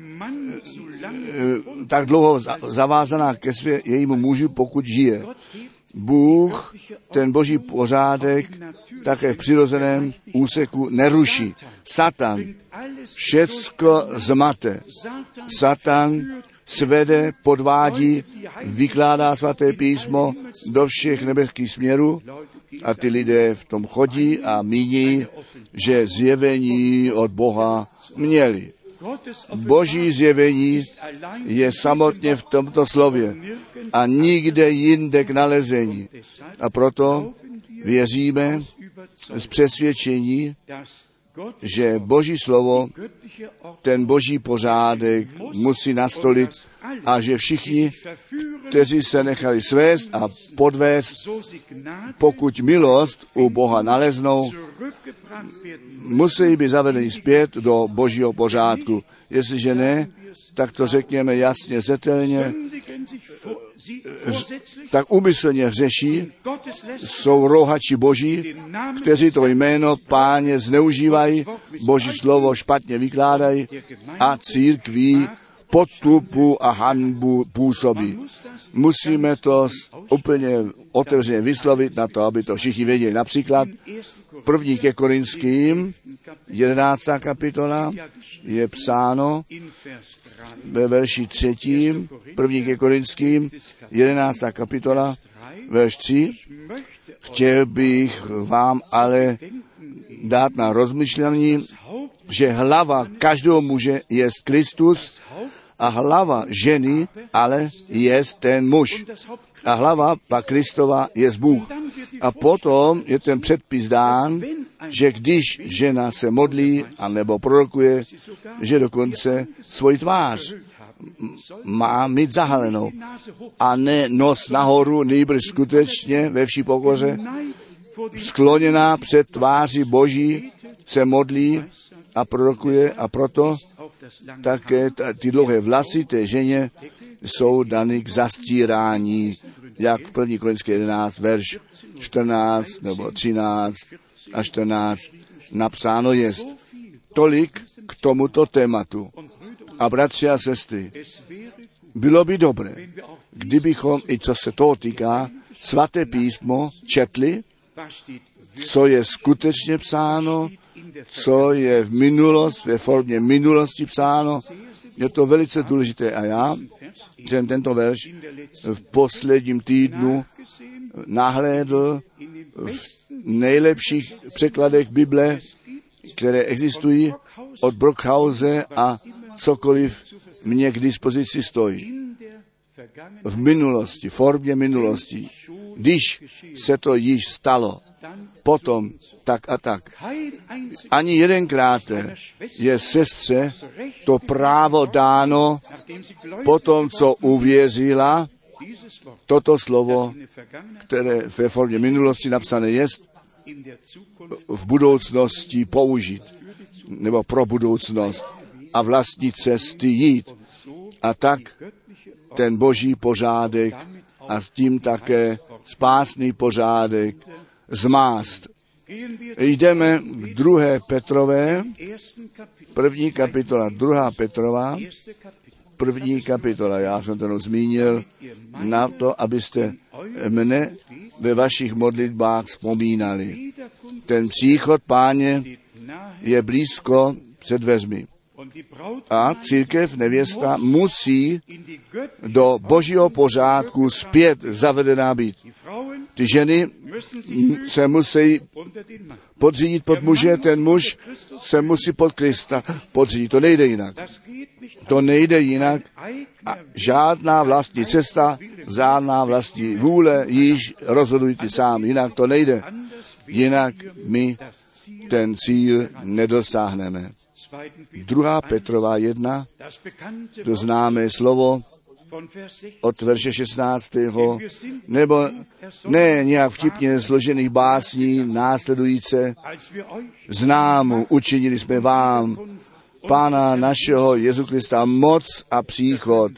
[SPEAKER 1] tak dlouho zavázaná ke jejímu muži, pokud žije. Bůh ten boží pořádek také v přirozeném úseku neruší. Satan všecko zmate. Satan svede, podvádí, vykládá svaté písmo do všech nebeských směrů a ty lidé v tom chodí a míní, že zjevení od Boha měli. Boží zjevení je samotně v tomto slově a nikde jinde k nalezení. A proto věříme z přesvědčení, že Boží slovo, ten Boží pořádek musí nastolit a že všichni, kteří se nechali svést a podvést, pokud milost u Boha naleznou, musí být zavedeni zpět do Božího pořádku. Jestliže ne, tak to řekněme jasně, zřetelně, tak úmyslně hřeší, jsou rouhači Boží, kteří to jméno Páně zneužívají, Boží slovo špatně vykládají a církví podtupu a hanbu působí. Musíme to úplně otevřeně vyslovit na to, aby to všichni věděli. Například 1. ke Korinským, 11. kapitola, je psáno ve verši 3. 1. ke Korinským, 11. kapitola, verš 3. Chtěl bych vám ale dát na rozmyšlení, že hlava každého muže je Kristus a hlava ženy ale je ten muž. A hlava pak Kristova je Bůh. A potom je ten předpis dán, že když žena se modlí anebo prorokuje, že dokonce svoji tvář má mít zahalenou a ne nos nahoru, nýbrž skutečně ve vší pokoře, skloněná před tváří Boží, se modlí a prorokuje a proto také ty dlouhé vlasy té ženě jsou dany k zastírání, jak v 1. Korinské 11, verš 14 nebo 13 a 14 napsáno jest. Tolik k tomuto tématu. A bratři a sestry, bylo by dobré, kdybychom, i co se toho týká, svaté písmo četli, co je skutečně psáno, co je v minulosti, ve formě minulosti psáno. Je to velice důležité a já jsem tento verš v posledním týdnu nahlédl v nejlepších překladech Bible, které existují od Brockhause a cokoliv mě k dispozici stojí. v minulosti, formě minulosti. Když se to již stalo, potom tak a tak. Ani jedenkrát je sestře to právo dáno po tom, co uvěřila, toto slovo, které ve formě minulosti napsané je, v budoucnosti použít, nebo pro budoucnost a vlastní cesty jít. A tak ten boží pořádek a s tím také spásný pořádek zmást. Jdeme k 2. Petrové, 1. kapitola, 2. Petrova, 1. kapitola. Já jsem to zmínil na to, abyste mne ve vašich modlitbách vzpomínali. Ten příchod Páně je blízko před dveřmi. A církev, nevěsta, musí do božího pořádku zpět zavedená být. Ty ženy se musí podřídit pod muže, ten muž se musí pod Krista podřídit. To nejde jinak. To nejde jinak. A žádná vlastní cesta, žádná vlastní vůle, již rozhodujte sám. Jinak to nejde. Jinak my ten cíl nedosáhneme. 2. Petrova 1, to známé slovo od verše 16. nebo ne nějak vtipně složených básní následující. Známu učinili jsme vám Pána našeho Jezu Krista moc a příchod.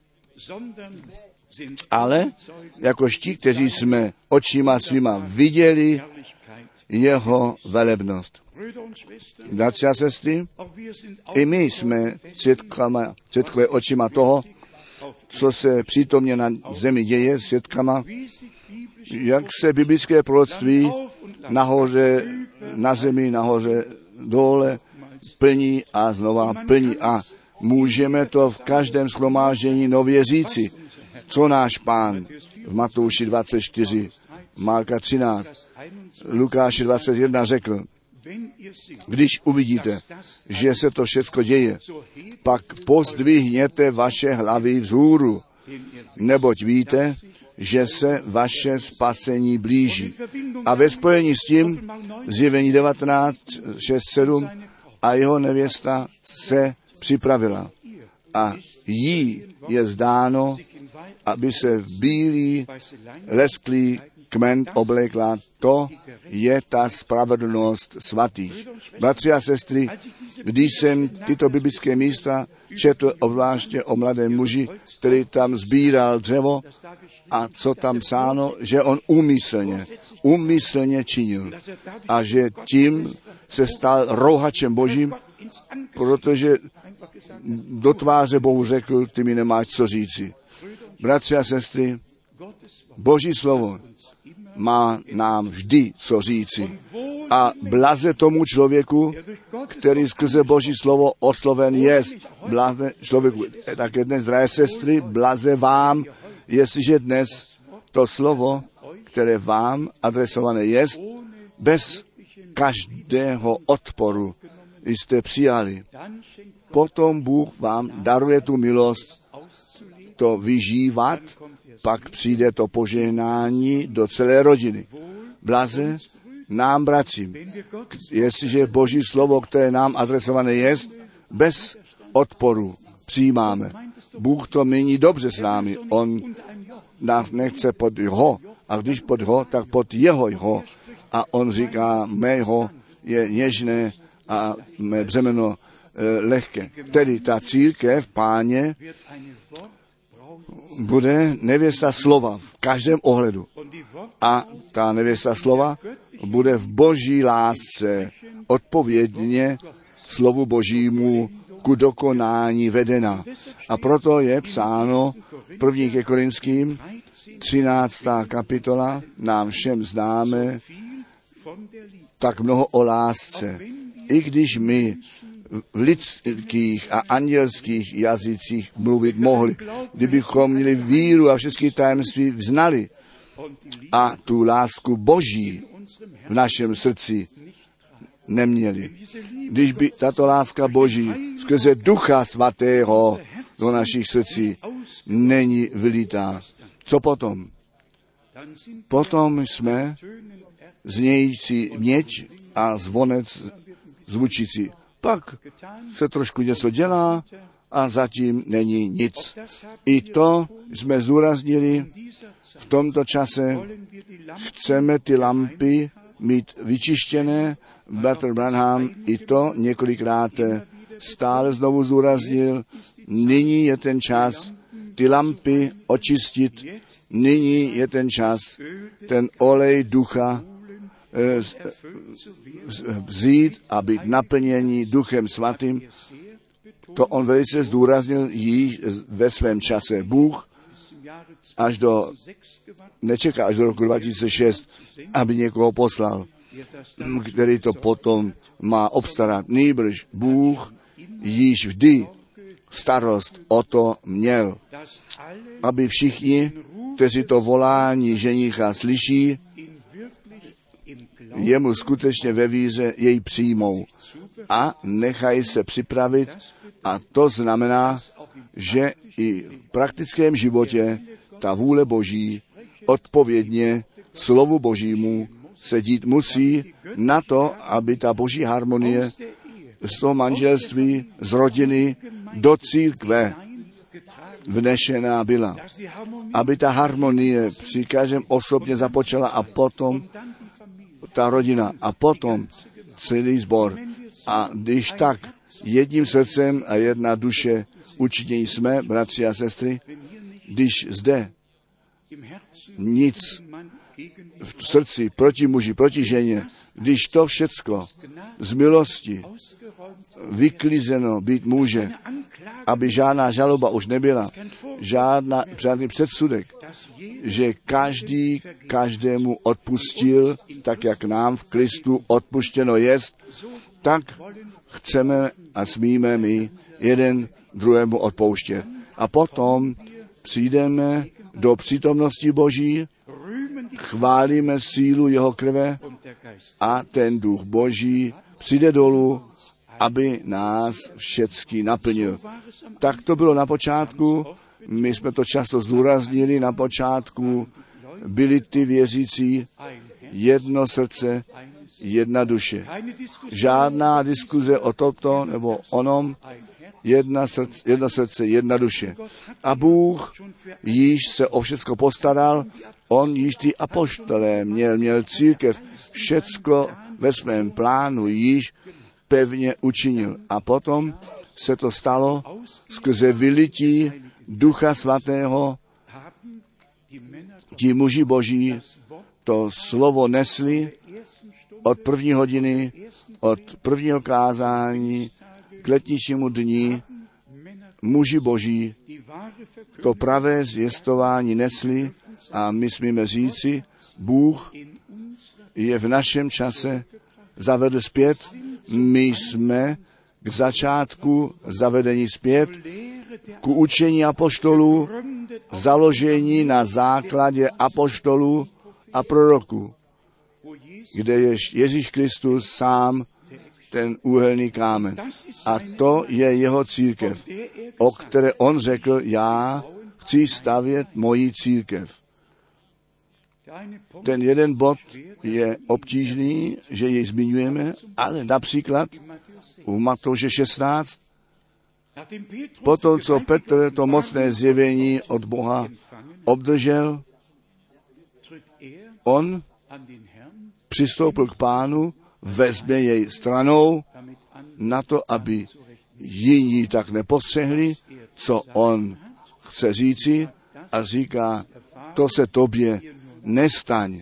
[SPEAKER 1] Ale jakož ti, kteří jsme očima svýma viděli jeho velebnost. Bratři a sestry, i my jsme svědkové očima toho, co se přítomně na zemi děje, svědkama, jak se biblické proroctví nahoře, na zemi, nahoře, dole plní a znova plní. A můžeme to v každém shromáždění nově říci, co náš Pán v Matouši 24, Marka 13, Lukáši 21 řekl. Když uvidíte, že se to všecko děje, pak pozdvihněte vaše hlavy vzhůru, neboť víte, že se vaše spasení blíží. A ve spojení s tím Zjevení 19, 6, 7 a jeho nevěsta se připravila. A jí je zdáno, aby se v bílý, lesklý kmen oblékla. To je ta spravedlnost svatých. Bratři a sestry, když jsem tyto biblické místa četl obzvláště o mladém muži, který tam sbíral dřevo a co tam psáno, že on úmyslně činil a že tím se stal rouhačem božím, protože do tváře Bohu řekl, ty mi nemáš co říci. Bratři a sestry, Boží slovo má nám vždy co říci. A blaze tomu člověku, který skrze Boží slovo osloven jest. Blaze člověku, také dnes, drahé sestry, blaze vám, jestliže dnes to slovo, které vám adresované jest, bez každého odporu jste přijali. Potom Bůh vám daruje tu milost to vyžívat, pak přijde to požehnání do celé rodiny. Blaze nám, bratřím, jestliže Boží slovo, které nám adresované jest, bez odporu přijímáme. Bůh to míní dobře s námi. On nás nechce pod jeho, a když pod ho, tak pod jeho. A on říká, mého je něžné a mé břemeno lehké. Tedy ta církev, Páně, bude nevěsta slova v každém ohledu. A ta nevěsta slova bude v boží lásce odpovědně slovu božímu ku dokonání vedena. A proto je psáno 1. ke Korinským 13. kapitola, nám všem známe, tak mnoho o lásce. I když my v lidských a andělských jazycích mluvit mohli, kdybychom měli víru a všechny tajemství vznali a tu lásku Boží v našem srdci neměli. Když by tato láska Boží skrze Ducha Svatého do našich srdcí není vylítá. Co potom? Potom jsme znějící měč a zvonec zvučící. Pak se trošku něco dělá a zatím není nic. I to jsme zdůraznili v tomto čase. Chceme ty lampy mít vyčištěné. Bratr Branham i to několikrát stále znovu zdůraznil. Nyní je ten čas ty lampy očistit. Nyní je ten čas ten olej ducha vzít a být naplnění Duchem Svatým. To on velice zdůraznil již ve svém čase. Bůh nečeká až do roku 2006, aby někoho poslal, který to potom má obstarat. Nýbrž Bůh již vždy starost o to měl, aby všichni, kteří to volání ženicha slyší, jemu skutečně ve víře jej přijmou a nechají se připravit. A to znamená, že i v praktickém životě ta vůle Boží odpovědně slovu Božímu se dít musí na to, aby ta Boží harmonie z toho manželství, z rodiny do církve vnešená byla. Aby ta harmonie při každém osobně započala a potom ta rodina a potom celý sbor. A když tak jedním srdcem a jedna duše učinění jsme, bratři a sestry, když zde nic v srdci proti muži, proti ženě, když to všecko z milosti vyklizeno být může, aby žádná žaloba už nebyla, žádný předsudek, že každý každému odpustil, tak jak nám v Kristu odpuštěno jest, tak chceme a smíme my jeden druhému odpouštět. A potom přijdeme do přítomnosti Boží, chválíme sílu jeho krve a ten duch Boží přijde dolů, aby nás všecky naplnil. Tak to bylo na počátku, my jsme to často zdůraznili, na počátku byli ty věřící jedno srdce, jedna duše. Žádná diskuze o tomto nebo onom, jedno srdce, jedna duše. A Bůh již se o všecko postaral, on již ty apoštolé měl církev, všecko ve svém plánu již pevně učinil. A potom se to stalo skrze vylití Ducha Svatého. Ti muži Boží to slovo nesli od první hodiny, od prvního kázání k letničnímu dni. Muži Boží to pravé zvěstování nesli a my smíme říci, Bůh je v našem čase zavedl zpět. My jsme k začátku zavedení zpět, k učení apoštolů, založení na základě apoštolů a proroků, kde je Ježíš Kristus sám ten úhelný kámen. A to je jeho církev, o které on řekl, já chci stavět moji církev. Ten jeden bod je obtížný, že jej zmiňujeme, ale například u Matouše 16, potom, co Petr to mocné zjevení od Boha obdržel, on přistoupil k Pánu, vezme jej stranou na to, aby jiní tak nepostřehli, co on chce říci, a říká, to se tobě nestaň.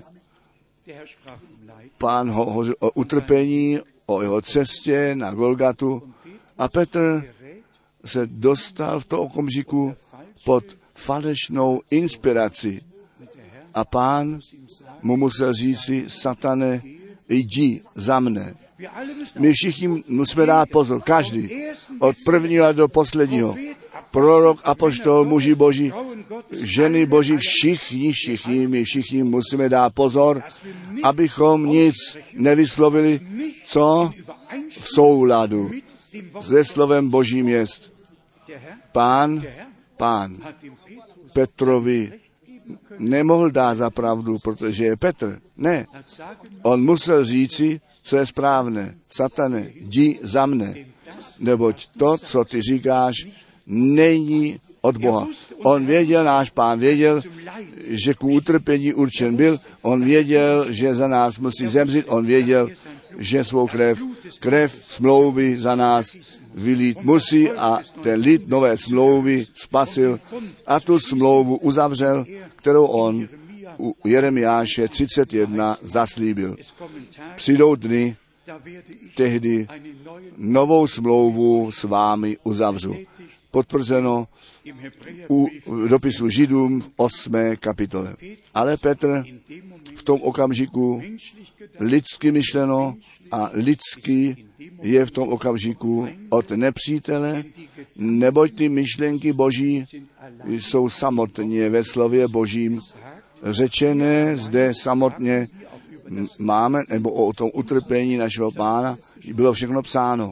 [SPEAKER 1] Pán hovořil o utrpení, o jeho cestě na Golgatu a Petr se dostal v tom okamžiku pod falešnou inspiraci. A Pán mu musel říci, satane, jdi za mne. My všichni musíme dát pozor, každý, od prvního do posledního. Prorok, apoštol, muži Boží, ženy Boží, my všichni musíme dát pozor, abychom nic nevyslovili, co v souladu se slovem Božím jest. Pán Petrovi nemohl dát za pravdu, protože je Petr. Ne. On musel říci, co je správné. Satane, jdi za mne, neboť to, co ty říkáš, není od Boha. On věděl, náš Pán věděl, že k utrpení určen byl. On věděl, že za nás musí zemřít. On věděl, že svou krev smlouvy za nás vylít musí a ten lid nové smlouvy spasil a tu smlouvu uzavřel, kterou on u Jeremiáše 31 zaslíbil. Přijdou dny, tehdy novou smlouvu s vámi uzavřu. Potvrzeno u dopisu Židům v 8. kapitole. Ale Petr v tom okamžiku lidsky myšleno a lidský je v tom okamžiku od nepřítele, neboť ty myšlenky Boží jsou samotně ve slově Božím řečené, zde samotně máme, nebo o tom utrpení našeho Pána bylo všechno psáno.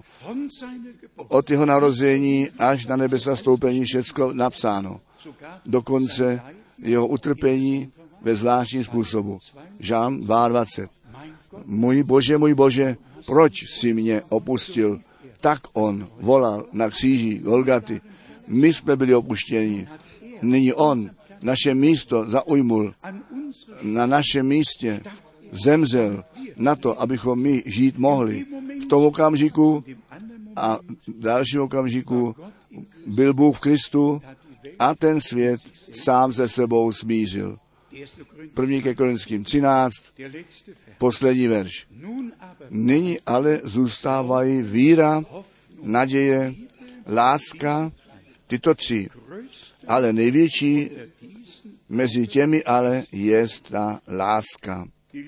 [SPEAKER 1] Od jeho narození až na nebesa stoupení všecko napsáno. Dokonce jeho utrpení ve zvláštním způsobu. Žalm 22. Můj Bože, proč jsi mě opustil? Tak on volal na kříži Golgaty. My jsme byli opuštěni. Nyní on naše místo zaujmul. Na našem místě zemřel na to, abychom my žít mohli. V tom okamžiku a v dalším okamžiku byl Bůh v Kristu a ten svět sám se sebou smířil. 1. ke Korinským 13, poslední verš. Nyní ale zůstávají víra, naděje, láska, tyto tři. Ale největší mezi těmi ale je ta láska.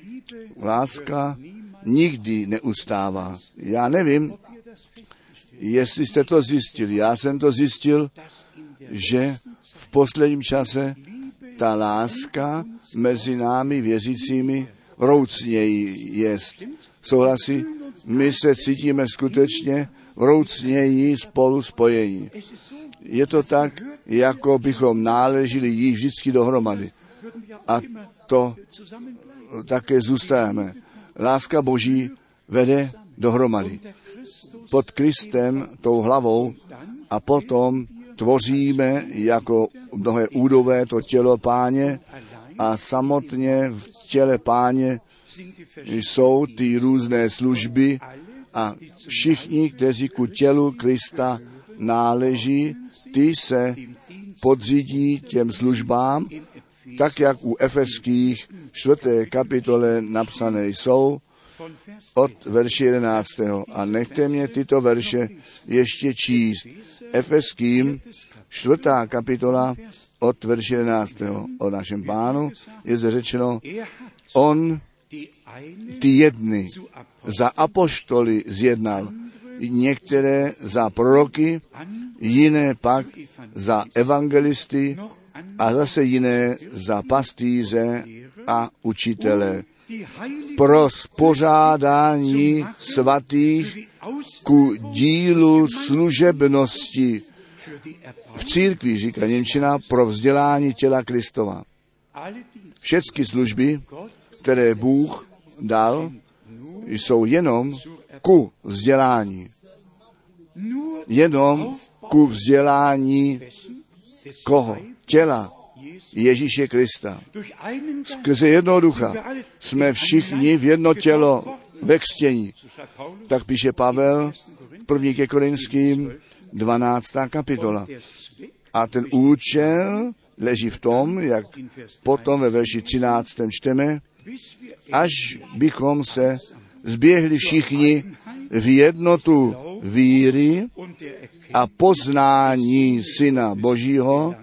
[SPEAKER 1] Láska nikdy neustává. Já nevím, jestli jste to zjistili. Já jsem to zjistil, že v posledním čase ta láska mezi námi věřícími vroucněji jest. Souhlasí? My se cítíme skutečně vroucněji spolu spojení. Je to tak, jako bychom náležili jí vždycky dohromady. A to také zůstáváme. Láska Boží vede dohromady. Pod Kristem, tou hlavou, a potom tvoříme jako mnohé údové to tělo Páně a samotně v těle Páně jsou ty různé služby a všichni, kteří ku tělu Krista náleží, ty se podřídí těm službám, tak jak u Efeských 4. kapitole napsané jsou, od verše 11. A nechte mě tyto verše ještě číst. Efeským 4. kapitola od verše 11. O našem Pánu je zde řečeno, on ty jedny za apoštoly zjednal, některé za proroky, jiné pak za evangelisty a zase jiné za pastýře a učitele. Pro spořádání svatých ku dílu služebnosti v církvi, říká němčina, pro vzdělání těla Kristova. Všechny služby, které Bůh dal, jsou jenom ku vzdělání. Jenom ku vzdělání koho? Těla Ježíše Krista. Skrze jednoho ducha jsme všichni v jedno tělo ve křtění. Tak píše Pavel v 1. ke Korinským 12. kapitola. A ten účel leží v tom, jak potom ve verši 13. čteme, až bychom se zběhli všichni v jednotu víry a poznání Syna Božího,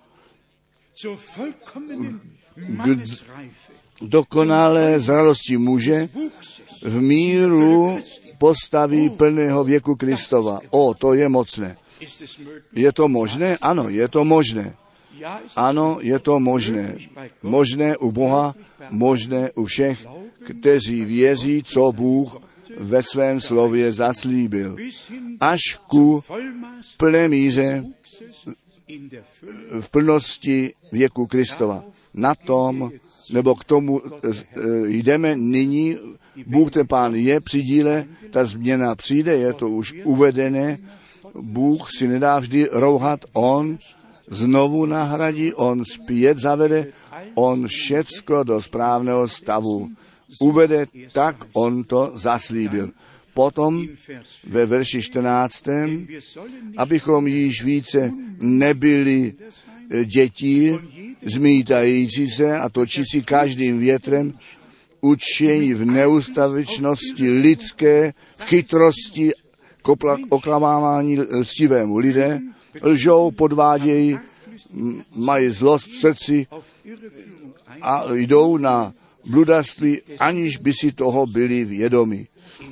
[SPEAKER 1] k dokonalé zralosti muže v míru postaví plného věku Kristova. To je mocné. Je to možné? Ano, je to možné. Ano, je to možné. Možné u Boha, možné u všech, kteří věří, co Bůh ve svém slově zaslíbil. Až ku plné míře v plnosti věku Kristova. Na tom, nebo k tomu jdeme nyní, Bůh ten Pán je při díle, ta změna přijde, je to už uvedené, Bůh si nedá vždy rouhat, on znovu nahradí, on zpět zavede, on všecko do správného stavu uvede, tak on to zaslíbil. Potom ve verši 14. abychom již více nebyli dětí, zmítající se a točící každým větrem, učení v neústavičnosti lidské, chytrosti, oklamávání lstivému. Lidé lžou, podvádějí, mají zlost v srdci a jdou na bludarství, aniž by si toho byli vědomi.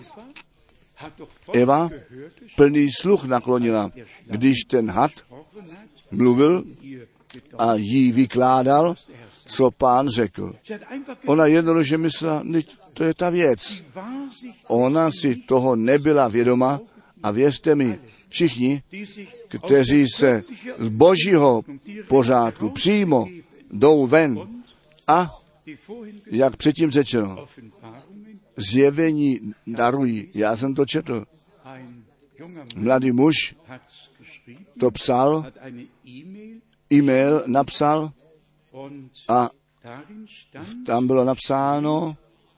[SPEAKER 1] Eva plný sluch naklonila, když ten had mluvil a jí vykládal, co Pán řekl. Ona jednoduše myslela, to je ta věc. Ona si toho nebyla vědoma a věřte mi, všichni, kteří se z božího pořádku přímo jdou ven a, jak předtím řečeno, zjevení darují. Já jsem to četl. Mladý muž to psal, e-mail napsal a tam bylo napsáno,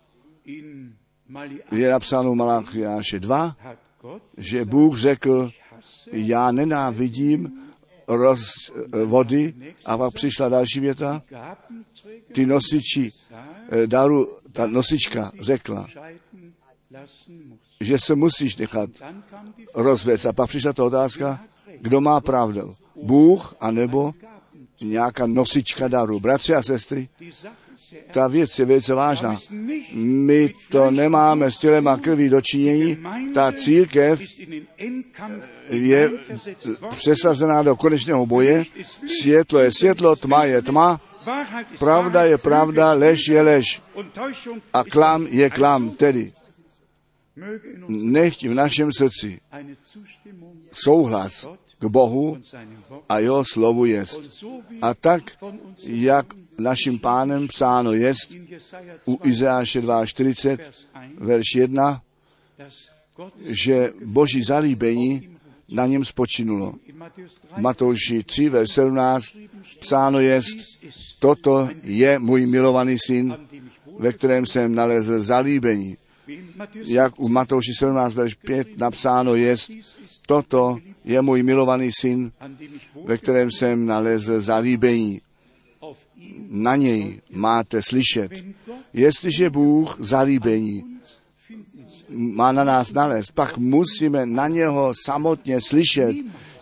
[SPEAKER 1] je napsáno v Malachiáše 2, že Bůh řekl, já nenávidím rozvody, a pak přišla další věta, ty nosiči daru, ta nosička řekla, že se musíš nechat rozvést. A pak přišla ta otázka, kdo má pravdu, Bůh anebo nějaká nosička daru. Bratři a sestry, ta věc je velice vážná. My to nemáme s tělem a krví dočinění. Ta církev je přesazená do konečného boje. Světlo je světlo, tma je tma. Pravda je pravda, lež je lež. A klam je klam. Tedy nechť v našem srdci souhlas k Bohu a jeho slovu jest. A tak, jak naším Pánem psáno jest u Izajáše 42, verš 1, že Boží zalíbení na něm spočinulo. V Matouši 3, verš 17 psáno jest, toto je můj milovaný syn, ve kterém jsem nalezl zalíbení. Jak u Matouši 17, verš 5 napsáno jest, toto je můj milovaný syn, ve kterém jsem nalezl zalíbení. Na něj máte slyšet. Jestliže Bůh zalíbení má na nás nalézt, pak musíme na něho samotně slyšet.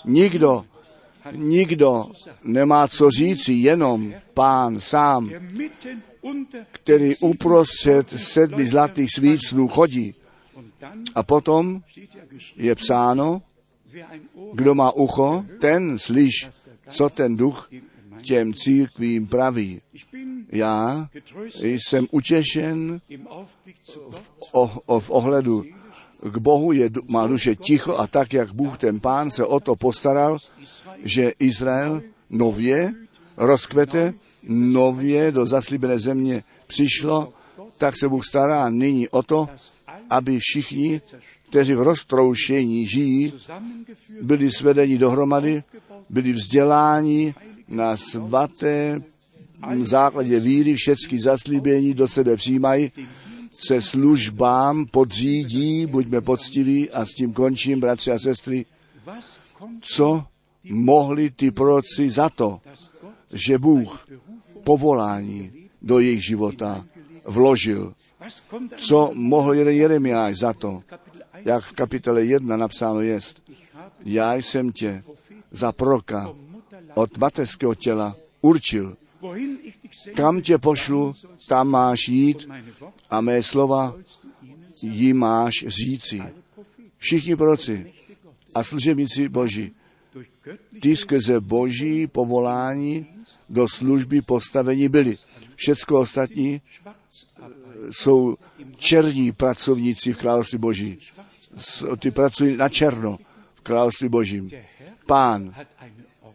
[SPEAKER 1] Nikdo nemá co říci, jenom Pán sám, který uprostřed 7 zlatých svícnů chodí. A potom je psáno, kdo má ucho, ten slyš, co ten duch těm církvím praví. Já jsem utěšen v ohledu k Bohu, má duše ticho a tak, jak Bůh ten Pán se o to postaral, že Izrael nově rozkvete, nově do zaslíbené země přišlo, tak se Bůh stará nyní o to, aby všichni, kteří v roztroušení žijí, byli svedeni dohromady, byli vzděláni na svaté základě víry, všechny zaslíbení do sebe přijímají, se službám podřídí, buďme poctiví a s tím končím, bratři a sestry, co mohli ty proroci za to, že Bůh povolání do jejich života vložil. Co mohl jeden Jeremiáš za to, jak v kapitole 1 napsáno jest, já jsem tě za proroka od mateřského těla určil. Kam tě pošlu, tam máš jít a mé slova jí máš říci. Všichni proroci a služebníci Boží, ty skrze Boží povolání do služby postavení byli. Všecko ostatní jsou černí pracovníci v království Boží. Ty pracují na černo v království Božím. Pán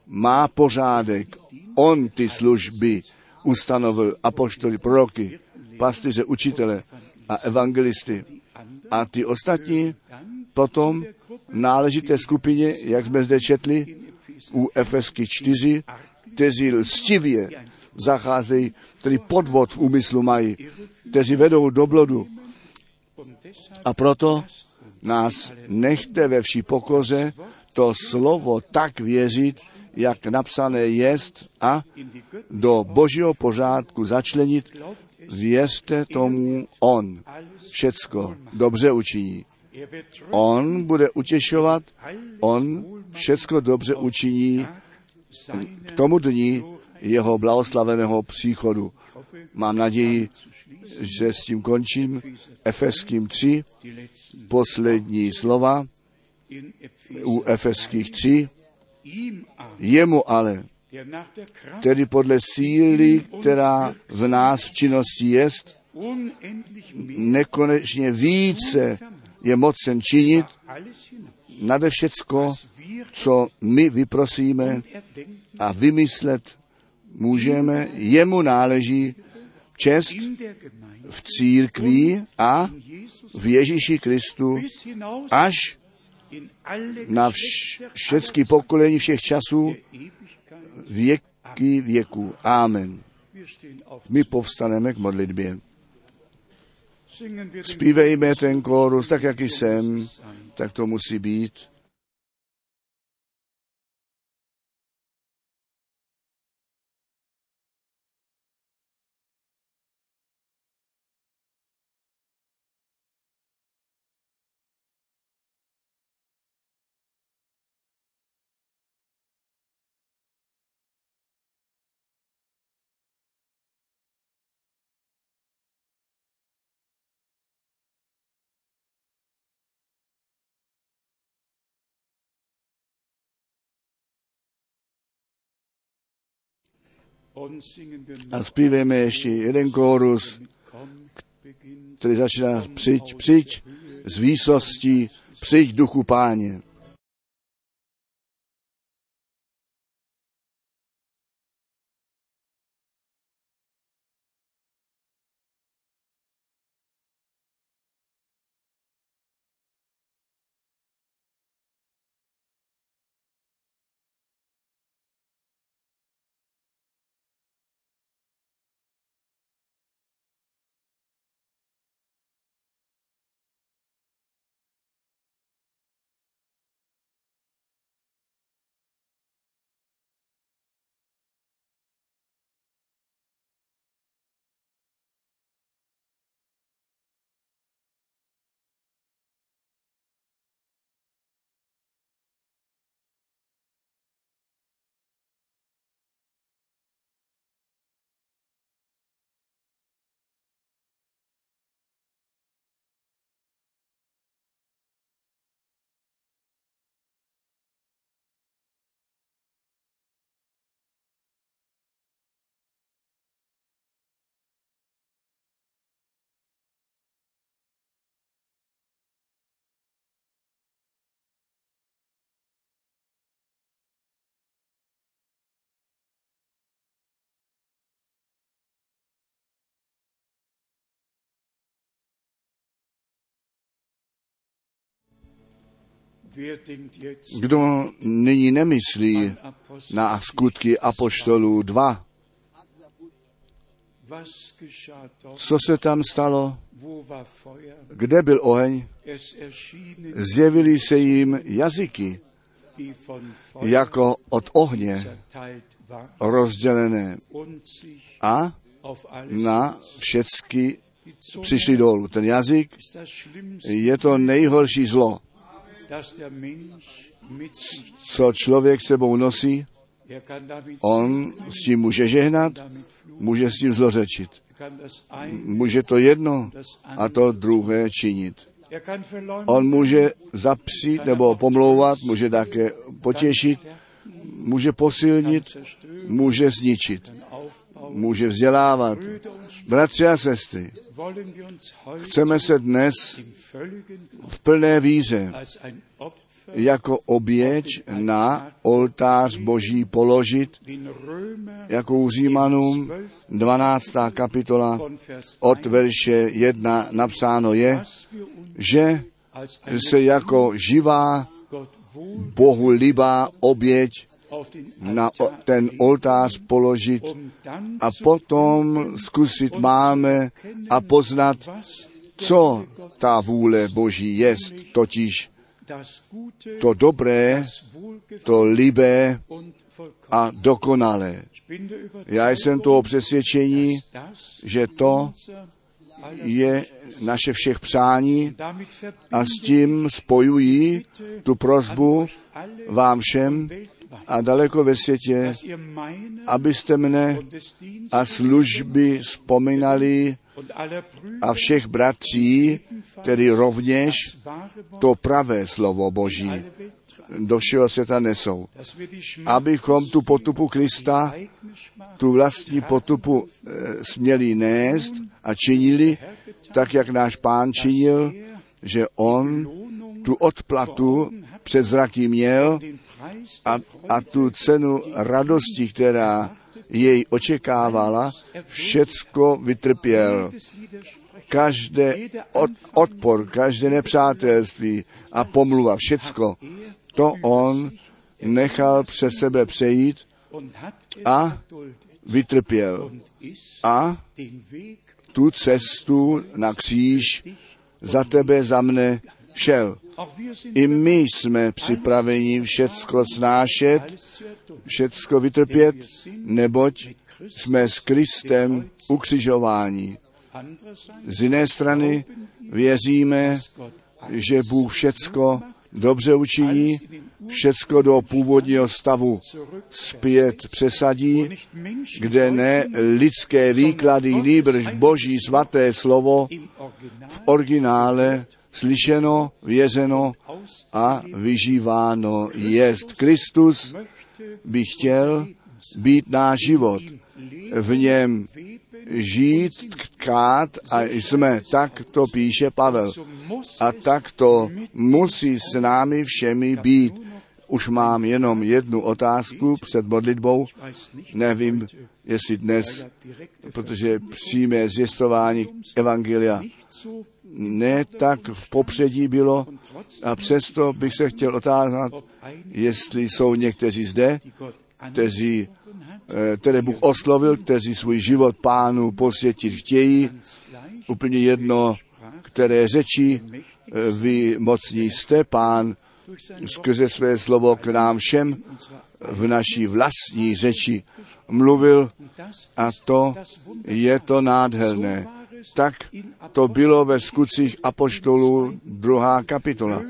[SPEAKER 1] má pořádek. On ty služby ustanovil, apoštoly, proroky, pastýře, učitele a evangelisty. A ty ostatní potom náleží té skupině, jak jsme zde četli, u Efesky 4, kteří lstivě zacházejí, kteří podvod v úmyslu mají, kteří vedou do blodu. A proto nás nechte ve vší pokoře to slovo tak věřit, jak napsané jest, a do božího pořádku začlenit. Věřte tomu, on všecko dobře učiní. On bude utěšovat, on všecko dobře učiní k tomu dni jeho blahoslaveného příchodu. Mám naději, že s tím končím. Efeským 3, poslední slova u Efeských 3. Jemu ale, tedy podle síly, která v nás v činnosti jest, nekonečně více je mocen činit nade všecko, co my vyprosíme a vymyslet můžeme. Jemu náleží čest v církvi a v Ježíši Kristu až na všechny pokolení všech časů, věky věku. Amen. My povstaneme k modlitbě. Zpívejme ten kórus, tak jak jsem, tak to musí být. A zpívejme ještě jeden kórus, který začíná přijď z výsostí, přijď duchu Páně. Kdo nyní nemyslí na skutky apoštolů 2? Co se tam stalo? Kde byl oheň? Zjevily se jim jazyky, jako od ohně rozdělené, a na všecky přišli dolů. Ten jazyk je to nejhorší zlo, co člověk sebou nosí. On s tím může žehnat, může s tím zlořečit. Může to jedno a to druhé činit. On může zapřít nebo pomlouvat, může také potěšit, může posilnit, může zničit, může vzdělávat. Bratři a sestry, chceme se dnes v plné víře jako oběť na oltář Boží položit, jako u Římanům 12. kapitola od verše 1 napsáno je, že se jako živá Bohu libá oběť na ten oltář položit a potom zkusit máme a poznat, co ta vůle Boží jest, totiž to dobré, to libé a dokonalé. Já jsem toho přesvědčení, že to je naše všech přání a s tím spojují tu prosbu vám všem a daleko ve světě, abyste mne a služby vzpomínali a všech bratří, který rovněž to pravé slovo Boží do všeho světa nesou. Abychom tu potupu Krista, tu vlastní potupu směli nést a činili, tak jak náš Pán činil, že on tu odplatu před zraky měl a tu cenu radosti, která jej očekávala, všecko vytrpěl. Každé odpor, každé nepřátelství a pomluva, všecko, to on nechal přes sebe přejít a vytrpěl. A tu cestu na kříž za tebe, za mne šel. I my jsme připraveni všecko snášet, všecko vytrpět, neboť jsme s Kristem ukřižováni. Z jiné strany věříme, že Bůh všecko dobře učiní, všecko do původního stavu zpět přesadí, kde ne lidské výklady, nýbrž Boží svaté slovo v originále slyšeno, věřeno a vyžíváno jest. Kristus by chtěl být náš život, v něm žít, tkát a jsme, tak to píše Pavel. A tak to musí s námi všemi být. Už mám jenom jednu otázku před modlitbou. Nevím, jestli dnes, protože přímé zvěstování evangelia ne tak v popředí bylo a přesto bych se chtěl otázat, jestli jsou někteří zde, které Bůh oslovil, kteří svůj život Pánu posvětit chtějí, úplně jedno, které řeči vy mocní jste, Pán skrze své slovo k nám všem v naší vlastní řeči mluvil a to je to nádherné. Tak to bylo ve Skutcích apoštolů 2. kapitola.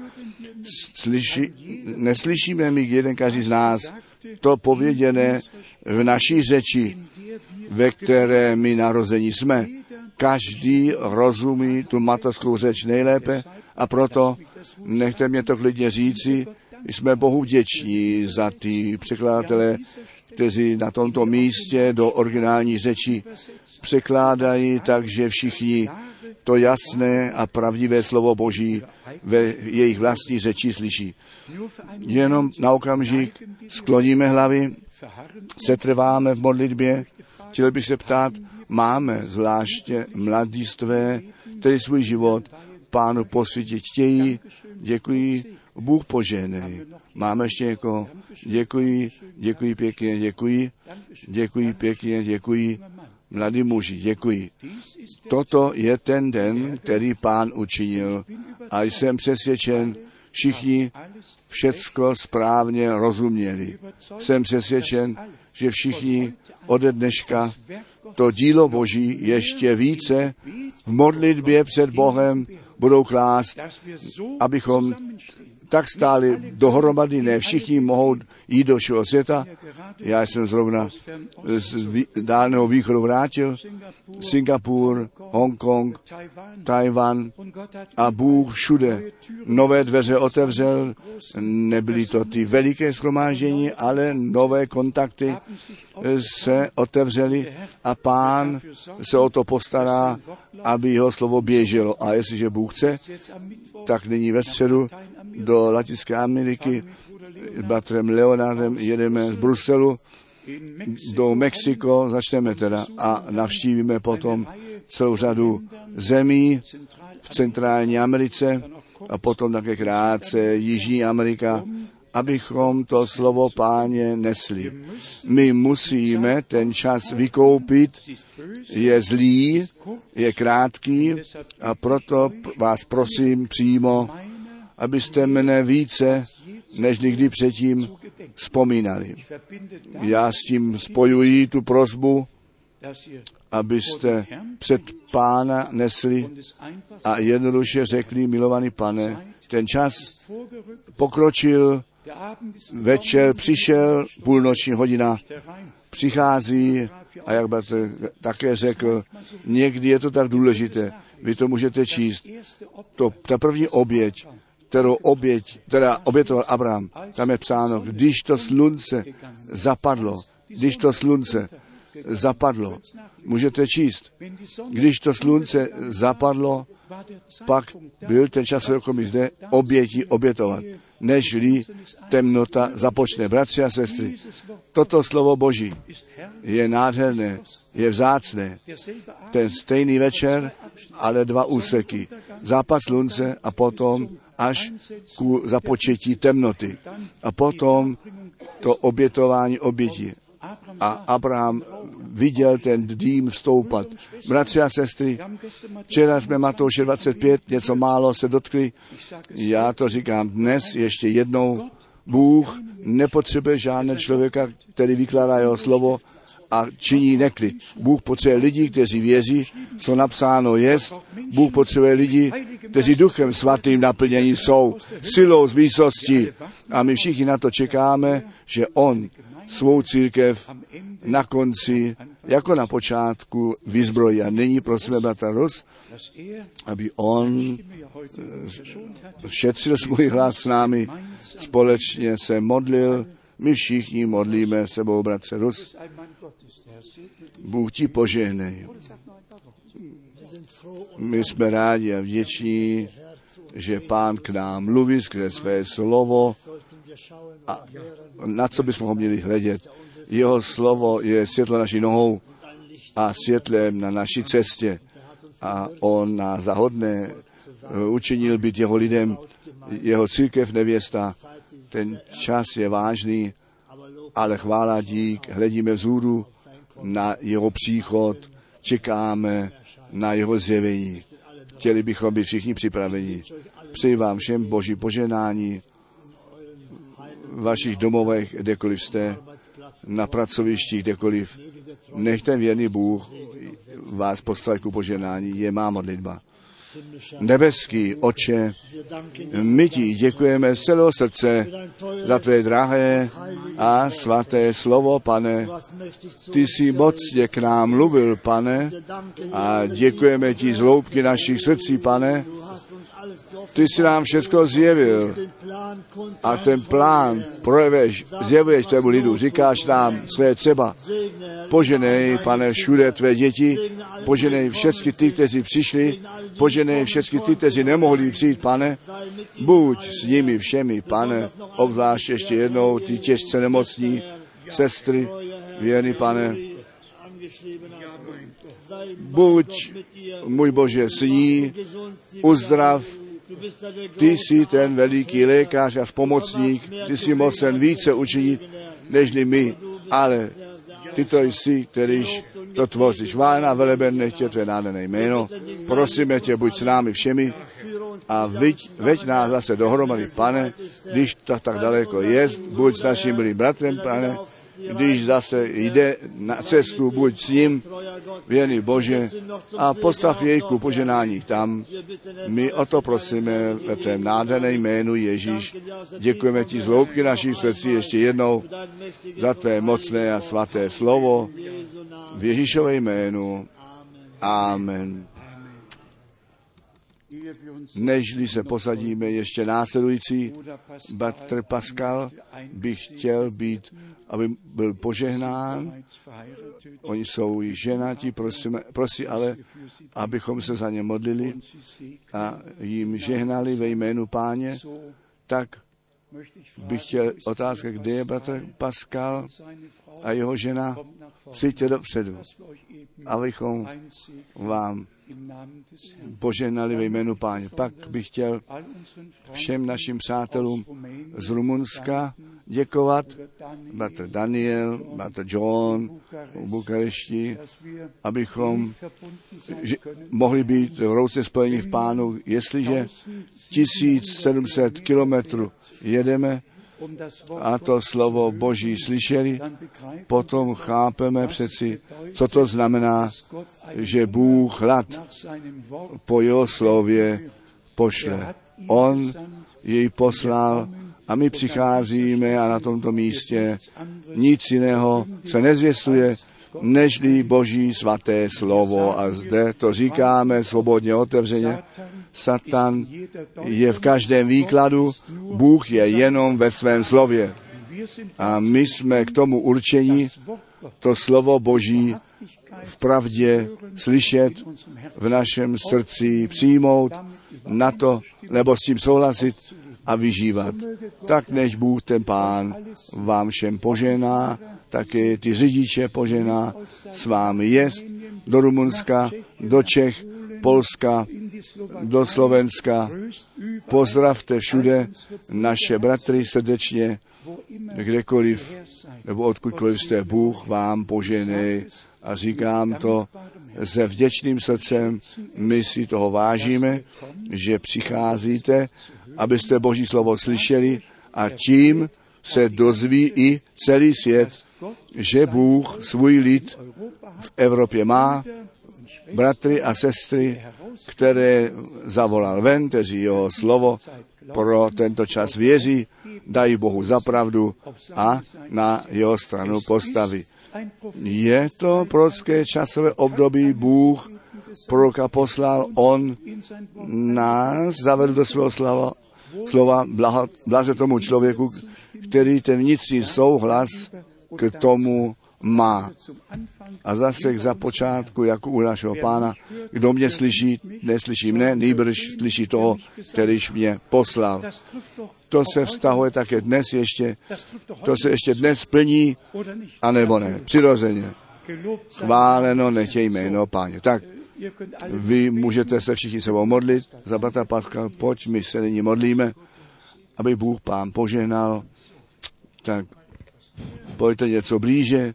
[SPEAKER 1] Neslyšíme my jeden každý z nás to pověděné v naší řeči, ve které my narození jsme. Každý rozumí tu mateřskou řeč nejlépe a proto nechte mě to klidně říci, jsme Bohu vděční za ty překladatele, kteří na tomto místě do originální řeči překládají, takže všichni to jasné a pravdivé slovo Boží ve jejich vlastní řeči slyší. Jenom na okamžik skloníme hlavy, setrváme v modlitbě. Chtěl bych se ptát, máme zvláště mladistvé, který svůj život Pánu posvětit chtějí. Děkuji, Bůh požehnej. Máme ještě jako děkuji pěkně, děkuji pěkně, děkuji. Mladí muži, děkuji. Toto je ten den, který Pán učinil a jsem přesvědčen, všichni všecko správně rozuměli. Jsem přesvědčen, že všichni ode dneška to dílo Boží ještě více v modlitbě před Bohem budou klást, abychom tak stáli dohromady, ne všichni mohou jít do všeho světa. Já jsem zrovna z dálného východu vrátil, Singapur, Hongkong, Tajvan a Bůh všude nové dveře otevřel. Nebyly to ty veliké shromáždění, ale nové kontakty se otevřely a Pán se o to postará, aby jeho slovo běželo. A jestliže Bůh chce, tak nyní ve středu do Latinské Ameriky. S bratrem Leonardem jedeme z Bruselu do Mexiko, začneme teda a navštívíme potom celou řadu zemí v centrální Americe a potom také krátce Jižní Amerika, abychom to slovo Páně nesli. My musíme ten čas vykoupit, je zlý, je krátký a proto vás prosím přímo, abyste mne více než nikdy předtím vzpomínali. Já s tím spojuji tu prosbu, abyste před Pána nesli a jednoduše řekli, milovaný Pane, ten čas pokročil, večer přišel, půlnoční hodina přichází a jak bratr také řekl, někdy je to tak důležité, vy to můžete číst. Ta první oběť, která obětoval Abraham, tam je psáno, když to slunce zapadlo, můžete číst, když to slunce zapadlo, pak byl ten čas okamžik zde oběti obětovat, nežli temnota započne. Bratři a sestry, toto slovo Boží je nádherné, je vzácné. Ten stejný večer, ale dva úseky. Západ slunce a potom až ku započetí temnoty. A potom to obětování oběti. A Abraham viděl ten dým vstoupat. Bratři a sestry, včera jsme Matouše 25, něco málo se dotkli. Já to říkám dnes ještě jednou. Bůh nepotřebuje žádného člověka, který vykládá jeho slovo a činí neklid. Bůh potřebuje lidi, kteří věří, co napsáno jest. Bůh potřebuje lidi, kteří duchem svatým naplnění jsou, silou z výsosti. A my všichni na to čekáme, že on svou církev na konci, jako na počátku, vyzbrojí. A nyní prosíme bratra Rus, aby on šetřil svůj hlas s námi, společně se modlil. My všichni modlíme sebou, bratře Rus. Bůh ti požehnej. My jsme rádi a vděční, že Pán k nám mluví skrze své slovo a na co bychom ho měli hledět. Jeho slovo je světlo naší nohou a světlem na naší cestě. A on nás za hodné učinil být jeho lidem, jeho církev nevěsta. Ten čas je vážný, ale chvála dík, hledíme vzhůru na jeho příchod, čekáme na jeho zjevení. Chtěli bychom být všichni připraveni. Přeji vám všem Boží požehnání v vašich domovech, kdekoliv jste, na pracovištích, kdekoliv. Nech ten věrný Bůh vás postavit ku požehnání, je má modlitba. Nebeský Otče, my ti děkujeme z celého srdce za tvé drahé a svaté slovo, Pane. Ty jsi mocně k nám mluvil, Pane, a děkujeme ti z hloubky našich srdcí, Pane. Ty jsi nám všechno zjevil a ten plán projeveš, zjevuješ tvému lidu, říkáš nám své třeba. Poženej, Pane, všude tvé děti, poženej všechny ty, kteří přišli, poženej všechny ty, kteří nemohli přijít, Pane. Buď s nimi všemi, Pane, obzvlášť ještě jednou ty těžce nemocní sestry, věrný, Pane. Buď, můj Bože, s ní, uzdrav. Ty jsi ten veliký lékař a pomocník, ty jsi mocen více učinit, nežli my, ale ty to jsi, kterýž to tvoříš. Chválena veleben nechtě tvé nádherné jméno. Prosíme tě, buď s námi všemi a veď nás zase dohromady, Pane, když to tak daleko jest, buď s naším milým bratrem, Pane, když zase jde na cestu, buď s ním, věrný Bože, a postav jej ku poženání tam. My o to prosíme ve tvém nádherném jménu Ježíš. Děkujeme ti z hloubky našich srdcí ještě jednou za tvé mocné a svaté slovo v Ježíšově jménu. Amen. Nežli se posadíme ještě následující, bratr Pascal by chtěl být, aby byl požehnán. Oni jsou již ženatí, prosí ale, abychom se za ně modlili a jim žehnali ve jménu Páně. tak bych chtěl otázka, kde je bratr Pascal a jeho žena. Přijďte dopředu, abychom vám požehnali ve jménu Páně. Pak bych chtěl všem našim přátelům z Rumunska děkovat, bratr Daniel, bratr John v Bukarešti, abychom mohli být v rouce spojení v Pánu. Jestliže 1700 kilometrů jedeme a to slovo Boží slyšeli, potom chápeme přeci, co to znamená, že Bůh hlad po jeho slově pošle. On jej poslal a my přicházíme a na tomto místě nic jiného se nezvěstuje, nežli Boží svaté slovo. A zde to říkáme svobodně, otevřeně. Satan je v každém výkladu, Bůh je jenom ve svém slově. A my jsme k tomu určení to slovo Boží v pravdě slyšet, v našem srdci přijmout, na to, nebo s tím souhlasit a vyžívat. Tak než Bůh, ten Pán, vám všem požená, také ty řidiče požená, s vámi jest do Rumunska, do Čech, Polska, do Slovenska. Pozdravte všude naše bratry srdečně, kdekoliv, nebo odkudkoliv jste, Bůh vám poženej. A říkám to se vděčným srdcem, my si toho vážíme, že přicházíte, abyste Boží slovo slyšeli a tím se dozví i celý svět, že Bůh svůj lid v Evropě má, bratry a sestry, které zavolal ven, kteří jeho slovo pro tento čas věří, dají Bohu za pravdu a na jeho stranu postaví. Je to prorocké časové období, Bůh proroka poslal, on nás zavedl do svého slova, blaze tomu člověku, který ten vnitřní souhlas k tomu má. A zase za počátku, jako u našeho Pána, kdo mě slyší, neslyší mne, nýbrž slyší toho, kterýž mě poslal. To se vztahuje také dnes ještě, to se ještě dnes plní, anebo ne, přirozeně. Chváleno nechtěj jméno Páně. Tak, vy můžete se všichni sebou modlit, za bratra Pascal, pojď, my se nyní modlíme, aby Bůh Pán požehnal. Tak, pojďte něco blíže.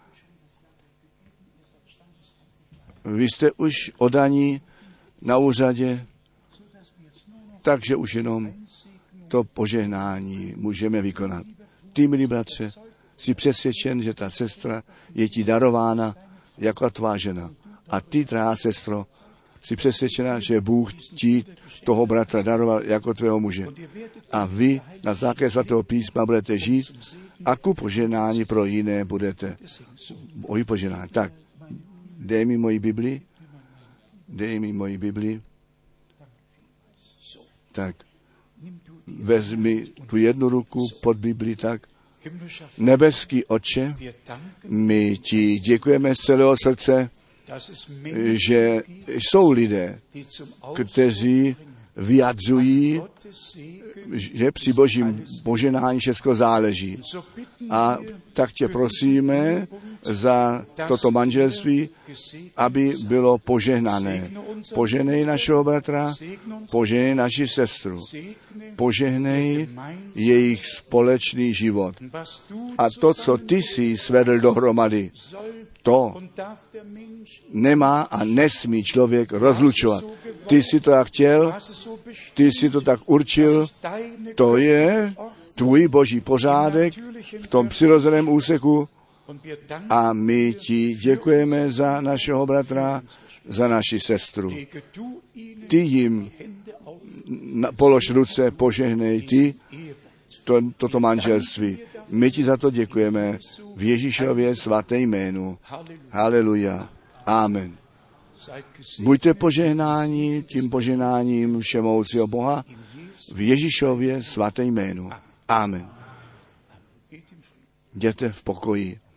[SPEAKER 1] Vy jste už oddaní na úřadě, takže už jenom to požehnání můžeme vykonat. Ty, milí bratře, jsi přesvědčen, že ta sestra je ti darována jako tvá žena. A ty, drahá sestro, jsi přesvědčena, že Bůh ti toho bratra daroval jako tvého muže. A vy na základě svatého písma budete žít a ku požehnání pro jiné budete. Ojí požehnání. Tak, dej mi moji Bibli. Tak, vezmi tu jednu ruku pod Bibli, tak. Nebeský Otče, my ti děkujeme z celého srdce, že jsou lidé, kteří vyjadřují, že při Božím požehnání všechno záleží. A tak tě prosíme za toto manželství, aby bylo požehnané. Požehnej našeho bratra, požehnej naši sestru, požehnej jejich společný život. A to, co ty jsi svedl dohromady, to nemá a nesmí člověk rozlučovat. Ty jsi to tak chtěl, ty jsi to tak určil, to je tvůj Boží pořádek v tom přirozeném úseku a my ti děkujeme za našeho bratra, za naši sestru. Ty jim polož ruce, požehnej ty toto manželství. My ti za to děkujeme v Ježíšově svaté jménu. Haleluja. Amen. Buďte požehnáni tím požehnáním všemohoucího Boha v Ježíšově svaté jménu. Amen. Jděte v pokoji.